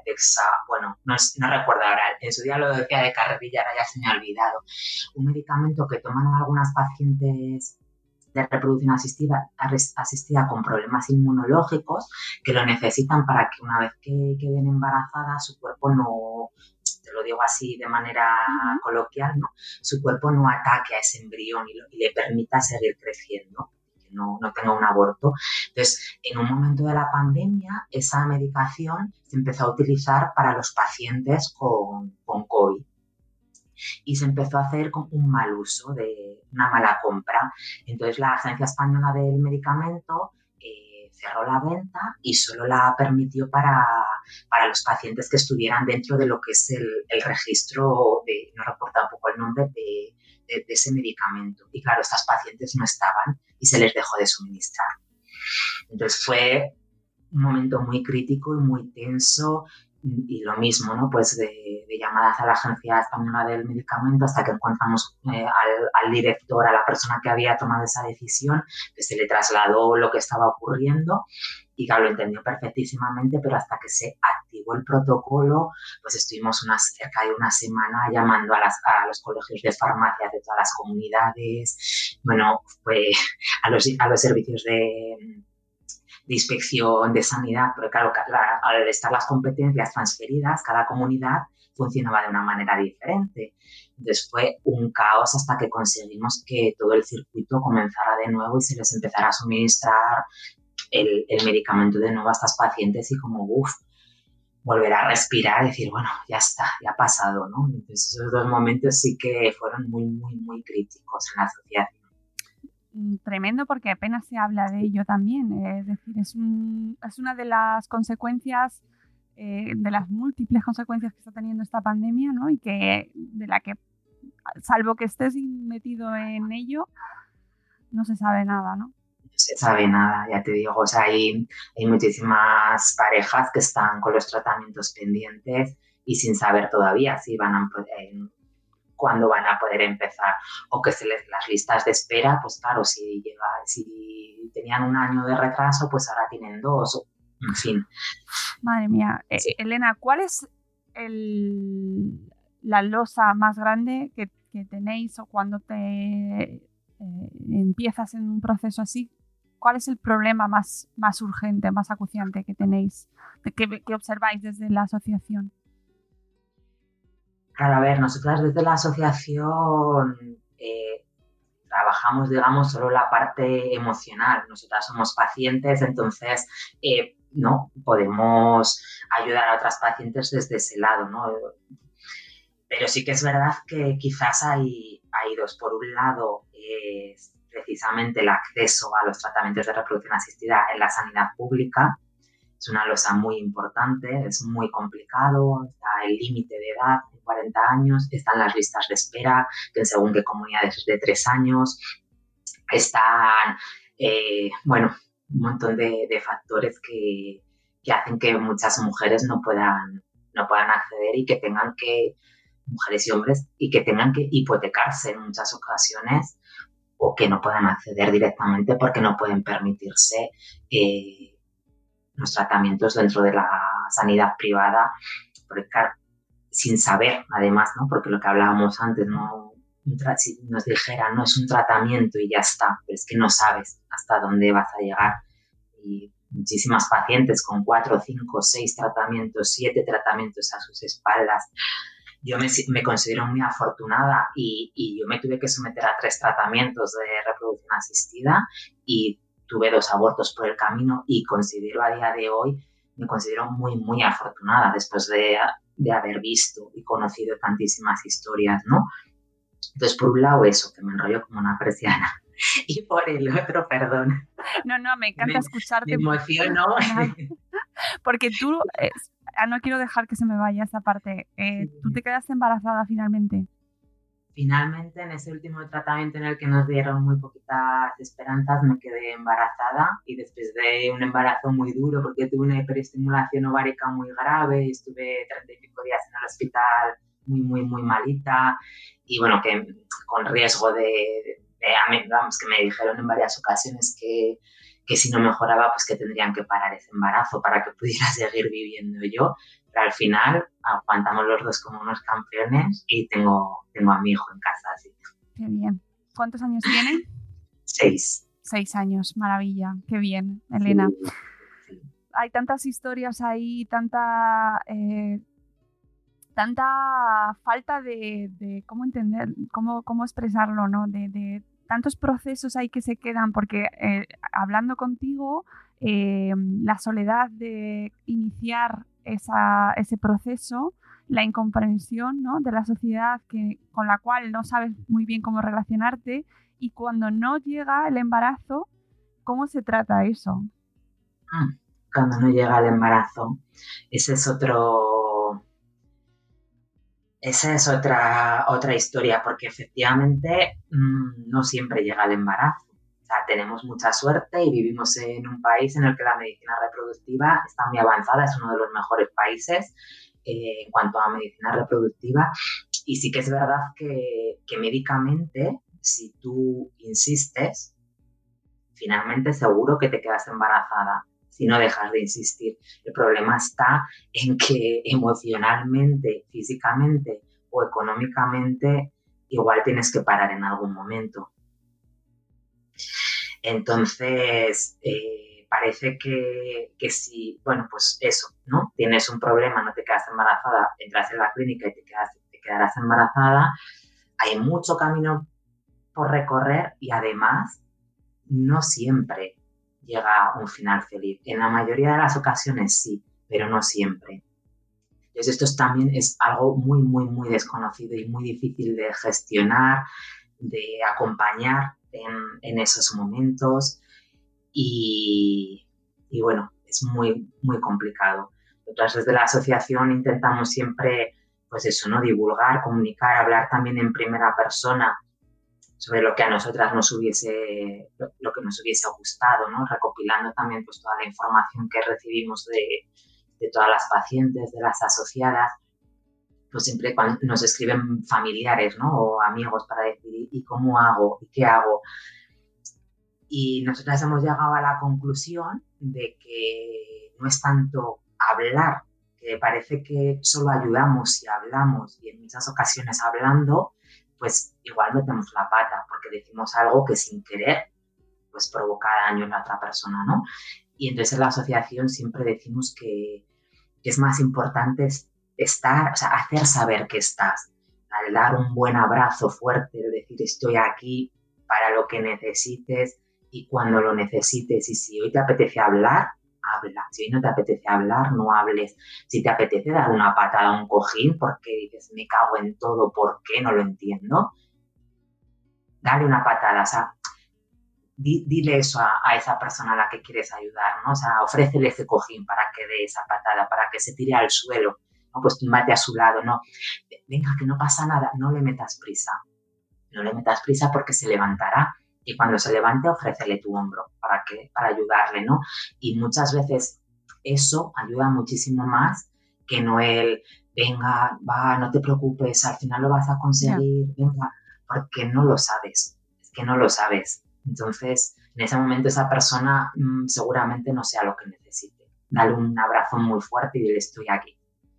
no recuerdo ahora, en su día lo decía de carrerilla, ahora ya se me ha olvidado. Un medicamento que toman algunas pacientes de reproducción asistida con problemas inmunológicos que lo necesitan para que una vez que queden embarazadas su cuerpo no, te lo digo así de manera coloquial, ¿no? Su cuerpo no ataque a ese embrión y le permita seguir creciendo, que no tenga un aborto. Entonces, en un momento de la pandemia, esa medicación se empezó a utilizar para los pacientes con COVID. Y se empezó a hacer con un mal uso, de una mala compra. Entonces la Agencia Española del Medicamento cerró la venta y solo la permitió para los pacientes que estuvieran dentro de lo que es el registro no recuerdo tampoco el nombre, de ese medicamento. Y claro, estas pacientes no estaban y se les dejó de suministrar. Entonces fue un momento muy crítico y muy tenso, y lo mismo, ¿no? Pues de llamadas a la Agencia Española del Medicamento hasta que encontramos al director, a la persona que había tomado esa decisión, que se le trasladó lo que estaba ocurriendo y claro, lo entendió perfectísimamente, pero hasta que se activó el protocolo, pues estuvimos cerca de una semana llamando a los colegios de farmacias de todas las comunidades, bueno, pues a los servicios de inspección de sanidad, porque claro, al estar las competencias transferidas, cada comunidad funcionaba de una manera diferente. Entonces fue un caos hasta que conseguimos que todo el circuito comenzara de nuevo y se les empezara a suministrar el medicamento de nuevo a estas pacientes y como, volver a respirar y decir, bueno, ya está, ya ha pasado, ¿no? Entonces esos 2 momentos sí que fueron muy, muy, muy críticos en la asociación. Tremendo, porque apenas se habla de ello también. Es decir, es una de las consecuencias, de las múltiples consecuencias que está teniendo esta pandemia, ¿no? Y de la que, salvo que estés metido en ello, no se sabe nada, ¿no? No se sabe nada, ya te digo. O sea, hay muchísimas parejas que están con los tratamientos pendientes y sin saber todavía si van a poder, cuándo van a poder empezar, o que las listas de espera, pues claro, si tenían 1 año de retraso, pues ahora tienen 2, en fin. Madre mía. Sí. Elena, ¿cuál es la losa más grande que tenéis, o cuando te empiezas en un proceso así? ¿Cuál es el problema más urgente, más acuciante que tenéis, que observáis desde la asociación? Claro, a ver, nosotras desde la asociación trabajamos, digamos, solo la parte emocional. Nosotras somos pacientes, entonces no podemos ayudar a otras pacientes desde ese lado, ¿no? Pero sí que es verdad que quizás hay 2. Por un lado, precisamente el acceso a los tratamientos de reproducción asistida en la sanidad pública. Es una losa muy importante, es muy complicado, está el límite de edad de 40 años, están las listas de espera, que en según qué comunidades es de 3 años, están, un montón de factores que hacen que muchas mujeres no puedan acceder y que tengan que, mujeres y hombres, y que tengan que hipotecarse en muchas ocasiones o que no puedan acceder directamente porque no pueden permitirse los tratamientos dentro de la sanidad privada, porque claro, sin saber además, ¿no? Porque lo que hablábamos antes, ¿no? Si nos dijeran, no es un tratamiento y ya está, pero es que no sabes hasta dónde vas a llegar. Y muchísimas pacientes con 4, 5, 6 tratamientos, 7 tratamientos a sus espaldas. Yo me considero muy afortunada y yo me tuve que someter a 3 tratamientos de reproducción asistida y tuve 2 abortos por el camino, y considero a día de hoy, me considero muy, muy afortunada después de haber visto y conocido tantísimas historias, ¿no? Entonces, por un lado eso, que me enrollo como una persiana, y por el otro, perdón. No, me encanta escucharte. Me emociono. Porque tú, no quiero dejar que se me vaya esa parte. ¿Tú te quedaste embarazada finalmente? Finalmente, en ese último tratamiento en el que nos dieron muy poquitas esperanzas, me quedé embarazada, y después de un embarazo muy duro, porque tuve una hiperestimulación ovárica muy grave y estuve 30 y pico días en el hospital muy, muy, muy malita, y bueno, que con riesgo vamos, que me dijeron en varias ocasiones que si no mejoraba, pues que tendrían que parar ese embarazo para que pudiera seguir viviendo yo. Pero al final aguantamos los 2 como unos campeones y tengo a mi hijo en casa. Así. Qué bien. ¿Cuántos años tiene? 6. 6 años, maravilla. Qué bien, Elena. Sí. Hay tantas historias ahí, tanta falta de cómo entender, cómo expresarlo, ¿no? De tantos procesos ahí que se quedan, porque hablando contigo, la soledad de iniciar ese proceso, la incomprensión, ¿no? De la sociedad con la cual no sabes muy bien cómo relacionarte, y cuando no llega el embarazo, ¿cómo se trata eso? Cuando no llega el embarazo, ese es otro Esa es otra historia, porque efectivamente no siempre llega el embarazo. O sea, tenemos mucha suerte y vivimos en un país en el que la medicina reproductiva está muy avanzada, es uno de los mejores países en cuanto a medicina reproductiva. Y sí que es verdad que médicamente, si tú insistes, finalmente seguro que te quedas embarazada si no dejas de insistir. El problema está en que emocionalmente, físicamente o económicamente igual tienes que parar en algún momento. Entonces, parece que si, bueno, pues eso, ¿no? Tienes un problema, no te quedas embarazada, entras en la clínica y te quedarás embarazada, hay mucho camino por recorrer y además no siempre llega a un final feliz. En la mayoría de las ocasiones sí, pero no siempre. Entonces esto también es algo muy, muy, muy desconocido y muy difícil de gestionar, de acompañar en esos momentos y bueno, es muy, muy complicado. Nosotros desde la asociación intentamos siempre, pues eso, ¿no? Divulgar, comunicar, hablar también en primera persona sobre lo que a nosotras lo que nos hubiese gustado, ¿no? Recopilando también pues toda la información que recibimos de todas las pacientes, de las asociadas, pues siempre cuando nos escriben familiares, ¿no? O amigos para decir, ¿y cómo hago? ¿Y qué hago? Y nosotras hemos llegado a la conclusión de que no es tanto hablar, que parece que solo ayudamos si hablamos y en muchas ocasiones hablando, pues igual metemos la pata porque decimos algo que sin querer pues provoca daño en la otra persona, ¿no? Y entonces en la asociación siempre decimos que es más importante estar, o sea, hacer saber que estás, al dar un buen abrazo fuerte, de decir estoy aquí para lo que necesites y cuando lo necesites. Y si hoy te apetece hablar, habla. Si hoy no te apetece hablar, no hables. Si te apetece dar una patada a un cojín porque dices me cago en todo, ¿por qué? No lo entiendo. Dale una patada, o sea, dile eso a esa persona a la que quieres ayudar, ¿no? O sea, ofrécele ese cojín para que dé esa patada, para que se tire al suelo, ¿no? Pues túmbate a su lado, ¿no? Venga, que no pasa nada, no le metas prisa. No le metas prisa porque se levantará y cuando se levante ofrécele tu hombro para ayudarle, ¿no? Y muchas veces eso ayuda muchísimo más que no el venga, va, no te preocupes, al final lo vas a conseguir, venga, porque no lo sabes, es que no lo sabes. Entonces, en ese momento esa persona seguramente no sea lo que necesite. Dale un abrazo muy fuerte y dile estoy aquí.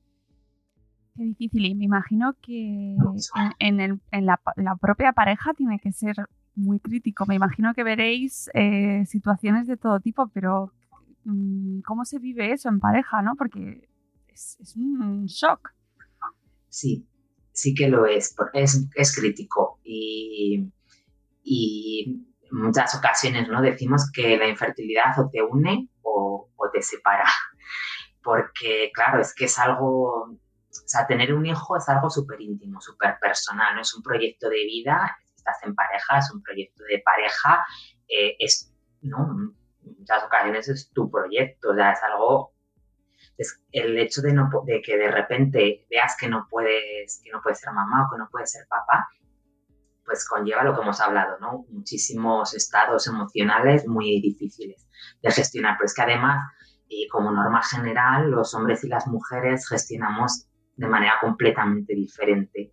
Qué difícil. Y me imagino que en la propia pareja tiene que ser muy crítico. Me imagino que veréis situaciones de todo tipo, pero ¿cómo se vive eso en pareja, no? Porque es un shock. Sí, sí que lo es. Es crítico y en muchas ocasiones, ¿no? Decimos que la infertilidad o te une o te separa. Porque, claro, es que es algo... O sea, tener un hijo es algo súper íntimo, súper personal, ¿no? Es un proyecto de vida, estás en pareja, es un proyecto de pareja, ¿no? En muchas ocasiones es tu proyecto, o sea, es algo... el hecho de que de repente veas que no puedes ser mamá o que no puedes ser papá, pues conlleva lo que hemos hablado, ¿no? Muchísimos estados emocionales muy difíciles de gestionar, pero es que además, como norma general, los hombres y las mujeres gestionamos de manera completamente diferente.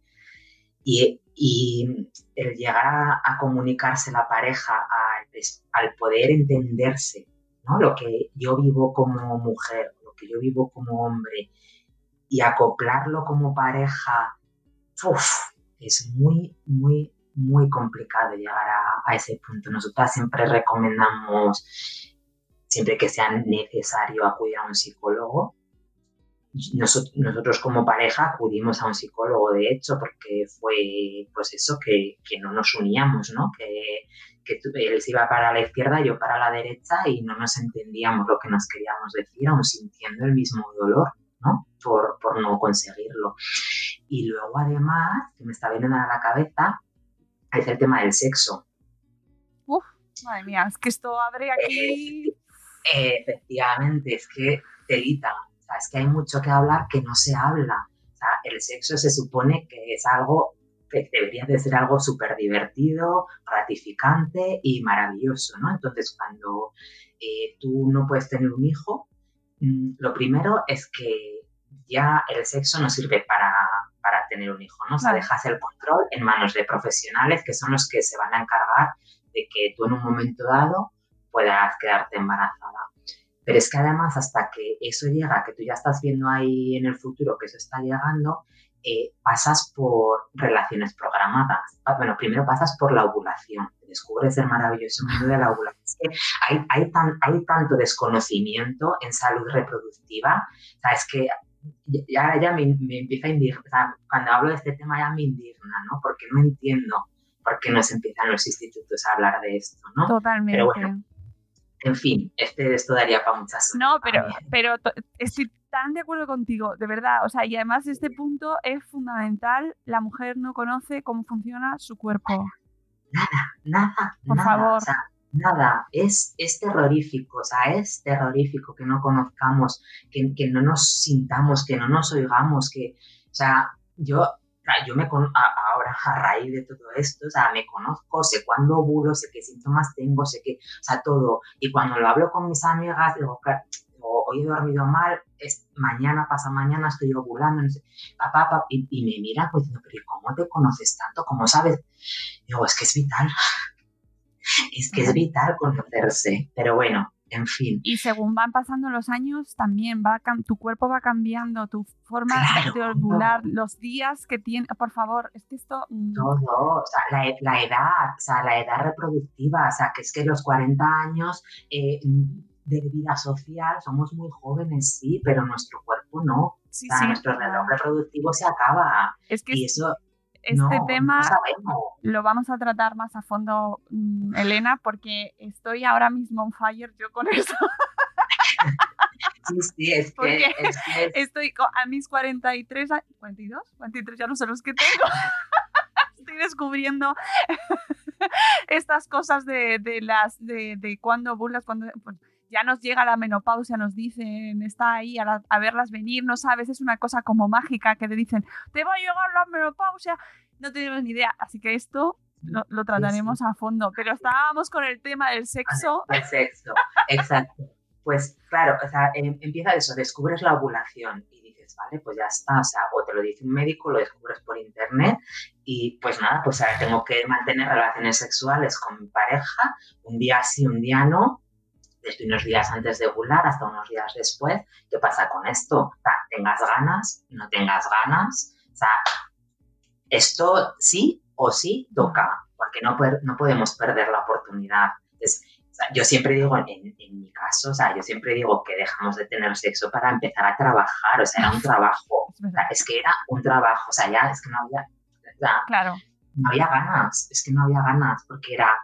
Y el llegar a comunicarse la pareja, al poder entenderse, ¿no? Lo que yo vivo como mujer, lo que yo vivo como hombre, y acoplarlo como pareja, es muy, muy, muy complicado llegar a ese punto. Nosotras siempre recomendamos, siempre que sea necesario, acudir a un psicólogo. Nosotros como pareja acudimos a un psicólogo, de hecho, porque fue pues eso, que no nos uníamos, ¿no? Que él se iba para la izquierda, yo para la derecha y no nos entendíamos lo que nos queríamos decir, aún sintiendo el mismo dolor, ¿no? Por no conseguirlo. Y luego, además, que me está viniendo a la cabeza, es el tema del sexo. Madre mía, es que esto abre aquí... Efectivamente, es que telita. O sea, es que hay mucho que hablar que no se habla. O sea, el sexo se supone que es algo que debería de ser algo súper divertido, gratificante y maravilloso, ¿no? Entonces, cuando tú no puedes tener un hijo, lo primero es que ya el sexo no sirve para tener un hijo, ¿no? O sea, dejas el control en manos de profesionales que son los que se van a encargar de que tú en un momento dado puedas quedarte embarazada. Pero es que además hasta que eso llega, que tú ya estás viendo ahí en el futuro que eso está llegando, pasas por relaciones programadas. Bueno, primero pasas por la ovulación, descubres el maravilloso mundo de la ovulación. Es que hay tanto desconocimiento en salud reproductiva, o sea, es que ya me empieza a indignar, o sea, cuando hablo de este tema ya me indigna, ¿no? Porque no entiendo por qué no se empiezan los institutos a hablar de esto, ¿no? Totalmente. Pero bueno, en fin, esto daría para muchas horas. No, pero estoy tan de acuerdo contigo, de verdad. O sea, y además este punto es fundamental. La mujer no conoce cómo funciona su cuerpo. Nada. Por favor. O sea, nada. Es terrorífico, o sea, es terrorífico que no conozcamos, que no nos sintamos, que no nos oigamos, que, o sea, yo me ahora a raíz de todo esto, o sea, me conozco, sé cuándo ovulo, sé qué síntomas tengo, sé qué, o sea, todo. Y cuando lo hablo con mis amigas, digo, hoy he dormido mal, mañana, pasa mañana, estoy ovulando, no sé, papá, y me miran pues diciendo, pero ¿y cómo te conoces tanto? ¿Cómo sabes? Digo, es que es vital. Es que es vital conocerse. Pero bueno, en fin. Y según van pasando los años, también tu cuerpo va cambiando, tu forma de ovular, los días que tiene. Por favor, es que esto... Todo, o sea, la edad reproductiva, o sea, que es que los 40 años de vida social somos muy jóvenes, sí, pero nuestro cuerpo no. Sí, o sea, nuestro reloj reproductivo se acaba. Es que y eso... Este tema lo vamos a tratar más a fondo, Elena, porque estoy ahora mismo on fire yo con eso. Sí, es que estoy a mis 43 años, 42, 43, ya no sé los que tengo. Estoy descubriendo estas cosas de cuándo ovulas, cuando... Pues, ya nos llega la menopausia, nos dicen, está ahí a verlas venir, no sabes, es una cosa como mágica que te dicen, te va a llegar la menopausia, no tenemos ni idea. Así que esto lo trataremos a fondo. Pero estábamos con el tema del sexo. El sexo, exacto. Pues claro, o sea, empieza eso, descubres la ovulación y dices, vale, pues ya está, o sea, o te lo dice un médico, lo descubres por internet y pues nada, pues ahora tengo que mantener relaciones sexuales con mi pareja, un día sí, un día no, desde unos días antes de ovular hasta unos días después. ¿Qué pasa con esto? O sea, tengas ganas, no tengas ganas, o sea, esto sí o sí toca, porque no podemos perder la oportunidad. Entonces, o sea, yo siempre digo, en mi caso, o sea, yo siempre digo que dejamos de tener sexo para empezar a trabajar, o sea, era un trabajo, o sea, es que era un trabajo, o sea, ya es que no había, o sea, claro. No había ganas, es que no había ganas, porque era,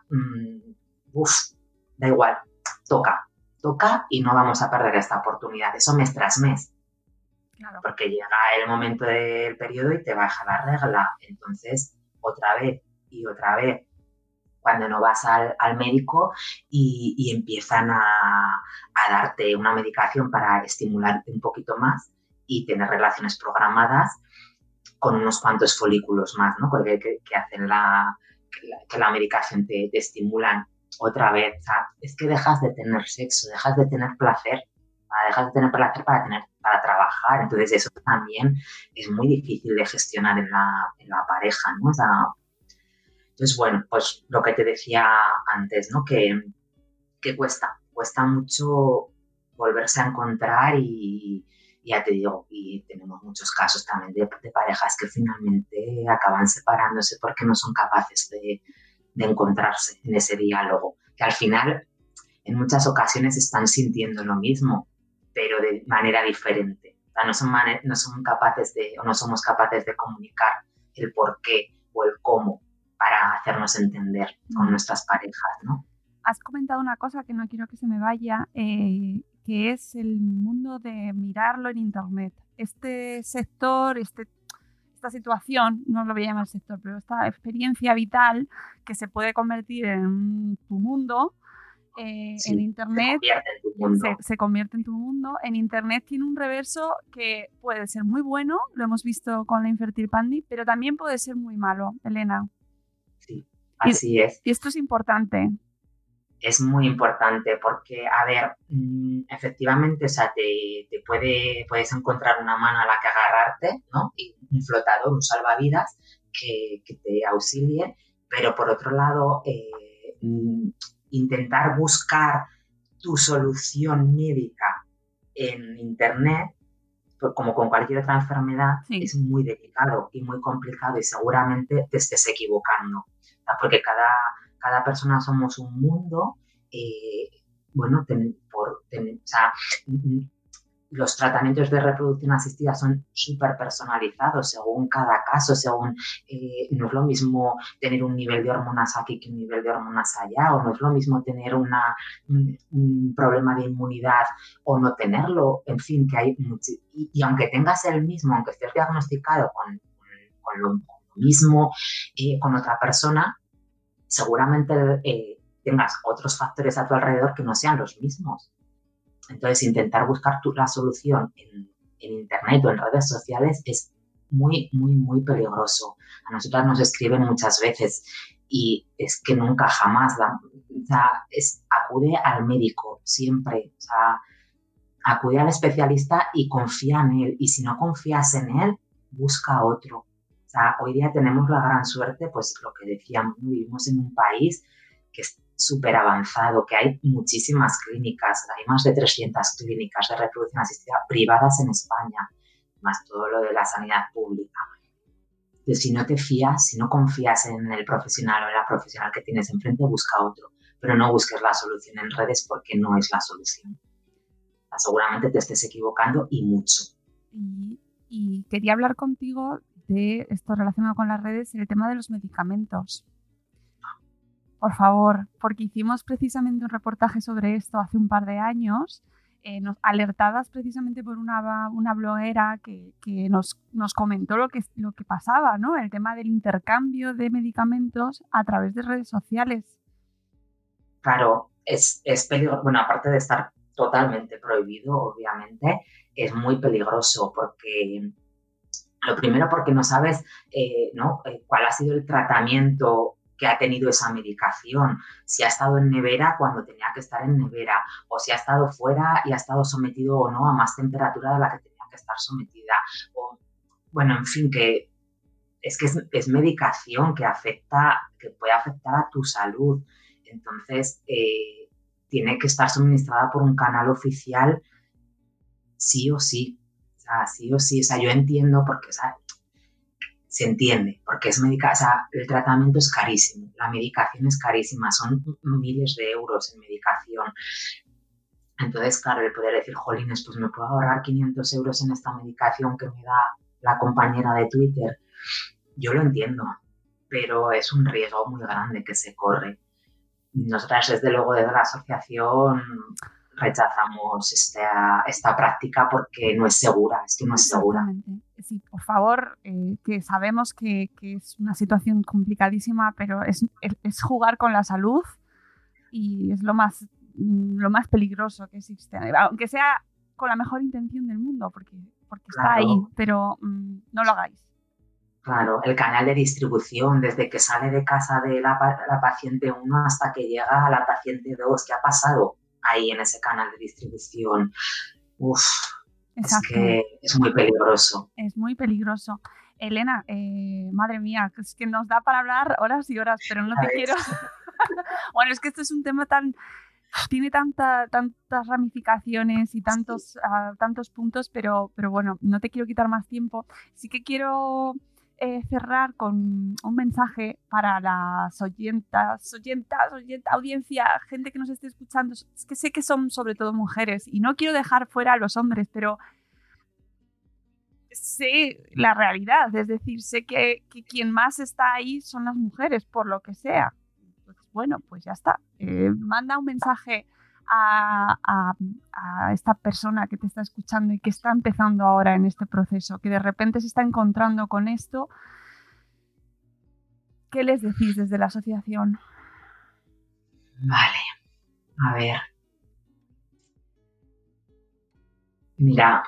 da igual, toca y no vamos a perder esta oportunidad, eso mes tras mes. Claro. Porque llega el momento del periodo y te baja la regla, entonces otra vez y otra vez, cuando no vas al médico y empiezan a darte una medicación para estimularte un poquito más y tener relaciones programadas con unos cuantos folículos más, ¿no? Que hacen que la medicación te estimulan otra vez. O sea, es que dejas de tener sexo, dejas de tener placer, dejas de tener placer para trabajar. Entonces eso también es muy difícil de gestionar en la pareja, ¿no? O sea, entonces, bueno, pues lo que te decía antes, ¿no? Que cuesta mucho volverse a encontrar y ya te digo, y tenemos muchos casos también de parejas que finalmente acaban separándose porque no son capaces de encontrarse en ese diálogo, que al final en muchas ocasiones están sintiendo lo mismo, pero de manera diferente. O sea, no somos capaces de comunicar el por qué o el cómo para hacernos entender con nuestras parejas, ¿no? Has comentado una cosa que no quiero que se me vaya, que es el mundo de mirarlo en internet. Este sector, esta situación, no lo voy a llamar sector, pero esta experiencia vital que se puede convertir en tu mundo, Sí, en Internet se convierte en tu mundo. En Internet tiene un reverso que puede ser muy bueno, lo hemos visto con la Infertil Pandi, pero también puede ser muy malo, Elena. Sí, así es. Y esto es importante. Es muy importante porque, a ver, efectivamente, o sea, puedes encontrar una mano a la que agarrarte, ¿no? Y un flotador, un salvavidas que te auxilie, pero por otro lado, intentar buscar tu solución médica en Internet, como con cualquier otra enfermedad, sí, es muy delicado y muy complicado y seguramente te estés equivocando, ¿no? Porque cada persona somos un mundo. Bueno, o sea, los tratamientos de reproducción asistida son súper personalizados según cada caso, no es lo mismo tener un nivel de hormonas aquí que un nivel de hormonas allá, o no es lo mismo tener un problema de inmunidad o no tenerlo, en fin, que hay y aunque tengas el mismo, aunque estés diagnosticado con lo mismo con otra persona, seguramente tengas otros factores a tu alrededor que no sean los mismos. Entonces, intentar buscar la solución en Internet o en redes sociales es muy, muy, muy peligroso. A nosotras nos escriben muchas veces y es que nunca jamás acude al médico siempre. O sea, acude al especialista y confía en él. Y si no confías en él, busca otro. O sea, hoy día tenemos la gran suerte, pues lo que decíamos, vivimos en un país que es súper avanzado, que hay muchísimas clínicas, hay más de 300 clínicas de reproducción asistida privadas en España, más todo lo de la sanidad pública. Entonces, si no te fías, si no confías en el profesional o en la profesional que tienes enfrente, busca otro, pero no busques la solución en redes porque no es la solución. O sea, seguramente te estés equivocando y mucho. Y quería hablar contigo de esto relacionado con las redes, el tema de los medicamentos. Por favor, porque hicimos precisamente un reportaje sobre esto hace un par de años, alertadas precisamente por una bloguera que nos comentó lo que pasaba, ¿no? El tema del intercambio de medicamentos a través de redes sociales. Claro, es peligroso. Bueno, aparte de estar totalmente prohibido, obviamente, es muy peligroso porque, lo primero, porque no sabes cuál ha sido el tratamiento que ha tenido esa medicación, si ha estado en nevera cuando tenía que estar en nevera, o si ha estado fuera y ha estado sometido o no a más temperatura de la que tenía que estar sometida. O, bueno, en fin, que es medicación que puede afectar a tu salud. Entonces, tiene que estar suministrada por un canal oficial sí o sí. O sea, sí o sí. O sea, yo entiendo porque, o sea, se entiende, porque el tratamiento es carísimo, la medicación es carísima, son miles de euros en medicación. Entonces, claro, el poder decir, jolines, pues me puedo ahorrar 500 euros en esta medicación que me da la compañera de Twitter, yo lo entiendo, pero es un riesgo muy grande que se corre. Nosotras, desde luego, desde la asociación rechazamos esta práctica porque no es segura, es que no es segura. Sí, por favor, que sabemos que es una situación complicadísima, pero es jugar con la salud y es lo más peligroso que existe, aunque sea con la mejor intención del mundo, porque claro, está ahí, pero no lo hagáis. Claro, el canal de distribución, desde que sale de casa de la paciente 1 hasta que llega a la paciente 2, ¿qué ha pasado ahí en ese canal de distribución? Exacto. Es que es muy peligroso. Es muy peligroso. Elena, madre mía, es que nos da para hablar horas y horas, pero no te quiero... Bueno, es que esto es un tema tiene tantas ramificaciones y tantos puntos, pero bueno, no te quiero quitar más tiempo. Sí que quiero cerrar con un mensaje para las oyentas, audiencia, gente que nos esté escuchando. Es que sé que son sobre todo mujeres y no quiero dejar fuera a los hombres, pero sé la realidad, es decir, sé que quien más está ahí son las mujeres, por lo que sea. Entonces, bueno, pues ya está. Manda un mensaje a esta persona que te está escuchando y que está empezando ahora en este proceso, que de repente se está encontrando con esto. ¿Qué les decís desde la asociación? Vale. A ver. Mira,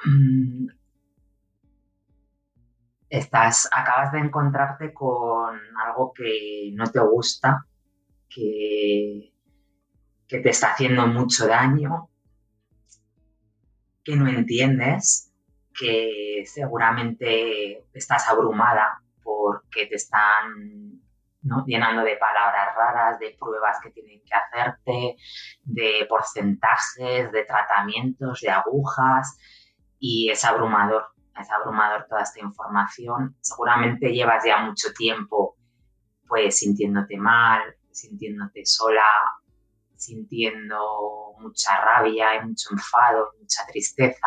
acabas de encontrarte con algo que no te gusta, que te está haciendo mucho daño, que no entiendes, que seguramente estás abrumada porque te están, ¿no?, llenando de palabras raras, de pruebas que tienen que hacerte, de porcentajes, de tratamientos, de agujas, y es abrumador toda esta información. Seguramente llevas ya mucho tiempo pues sintiéndote mal, sintiéndote sola, sintiendo mucha rabia y mucho enfado, mucha tristeza.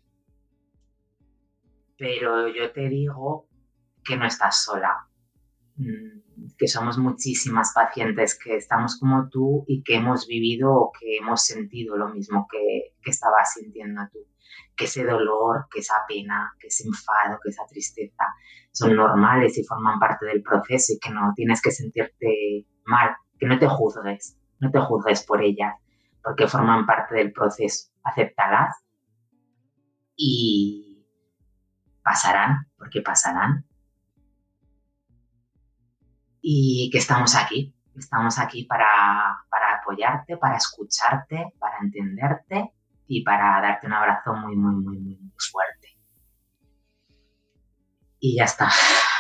Pero yo te digo que no estás sola, que somos muchísimas pacientes que estamos como tú y que hemos vivido o que hemos sentido lo mismo que estabas sintiendo tú. Que ese dolor, que esa pena, que ese enfado, que esa tristeza son normales y forman parte del proceso y que no tienes que sentirte mal, que no te juzgues por ellas, porque forman parte del proceso. Acéptalas y pasarán, porque pasarán. Y que estamos aquí para apoyarte, para escucharte, para entenderte y para darte un abrazo muy, muy, muy, muy, muy fuerte. Y ya está.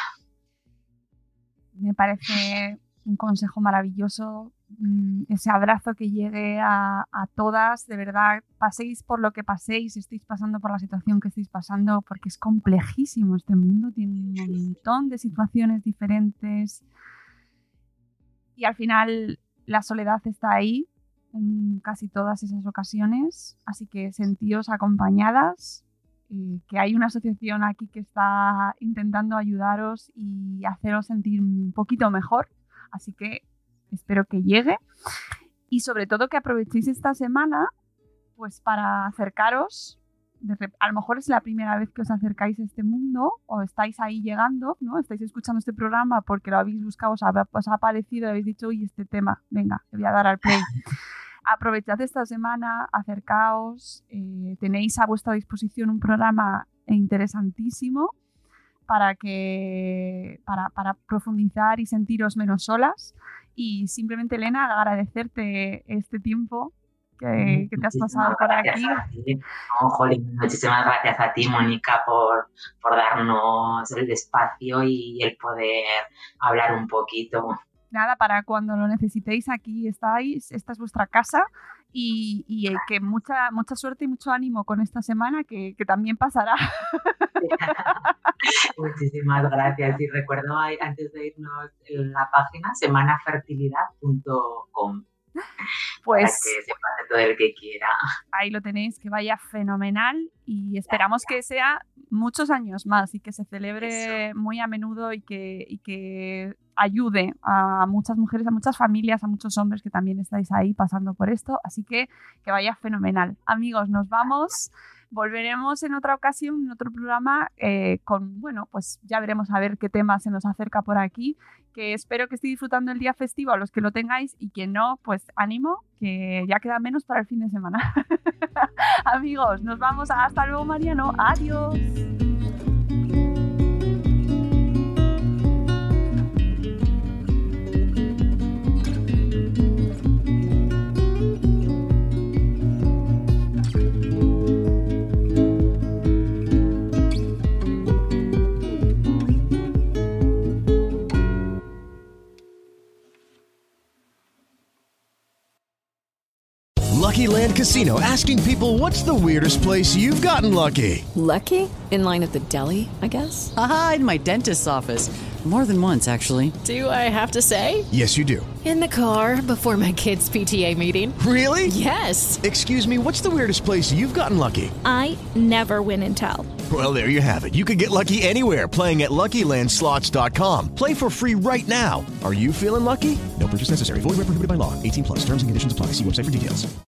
Me parece un consejo maravilloso, ese abrazo que llegue a todas. De verdad, paséis por lo que paséis, estéis pasando por la situación que estéis pasando, porque es complejísimo este mundo, tiene un montón de situaciones diferentes y al final la soledad está ahí en casi todas esas ocasiones, así que sentíos acompañadas, que hay una asociación aquí que está intentando ayudaros y haceros sentir un poquito mejor, así que espero que llegue y sobre todo que aprovechéis esta semana pues para acercaros. A lo mejor es la primera vez que os acercáis a este mundo o estáis ahí llegando, ¿no? Estáis escuchando este programa porque lo habéis buscado, os ha aparecido y habéis dicho, uy, este tema, venga, le voy a dar al play. Aprovechad esta semana, acercaos, tenéis a vuestra disposición un programa interesantísimo para profundizar y sentiros menos solas. Y simplemente, Elena, agradecerte este tiempo que te has pasado por aquí. Muchísimas gracias a ti, Mónica, por darnos el espacio y el poder hablar un poquito. Nada, para cuando lo necesitéis, aquí estáis, esta es vuestra casa y que mucha suerte y mucho ánimo con esta semana que también pasará. Muchísimas gracias. Y recuerdo antes de irnos la página semanafertilidad.com. Pues para que se pase todo el que quiera. Ahí lo tenéis, que vaya fenomenal y esperamos que sea muchos años más y que se celebre muy a menudo y que ayude a muchas mujeres, a muchas familias, a muchos hombres que también estáis ahí pasando por esto, así que vaya fenomenal. Amigos, nos vamos. Volveremos en otra ocasión, en otro programa, pues ya veremos a ver qué tema se nos acerca por aquí, que espero que estéis disfrutando el día festivo a los que lo tengáis y quien no, pues ánimo, que ya queda menos para el fin de semana. Amigos, nos vamos. Hasta luego, Mariano. Adiós. Lucky Land Casino, asking people, what's the weirdest place you've gotten lucky? Lucky? In line at the deli, I guess? Aha, in my dentist's office. More than once, actually. Do I have to say? Yes, you do. In the car before my kids' PTA meeting. Really? Yes. Excuse me, what's the weirdest place you've gotten lucky? I never win and tell. Well, there you have it. You can get lucky anywhere, playing at LuckyLandSlots.com. Play for free right now. Are you feeling lucky? No purchase necessary. Void where prohibited by law. 18+. Terms and conditions apply. See website for details.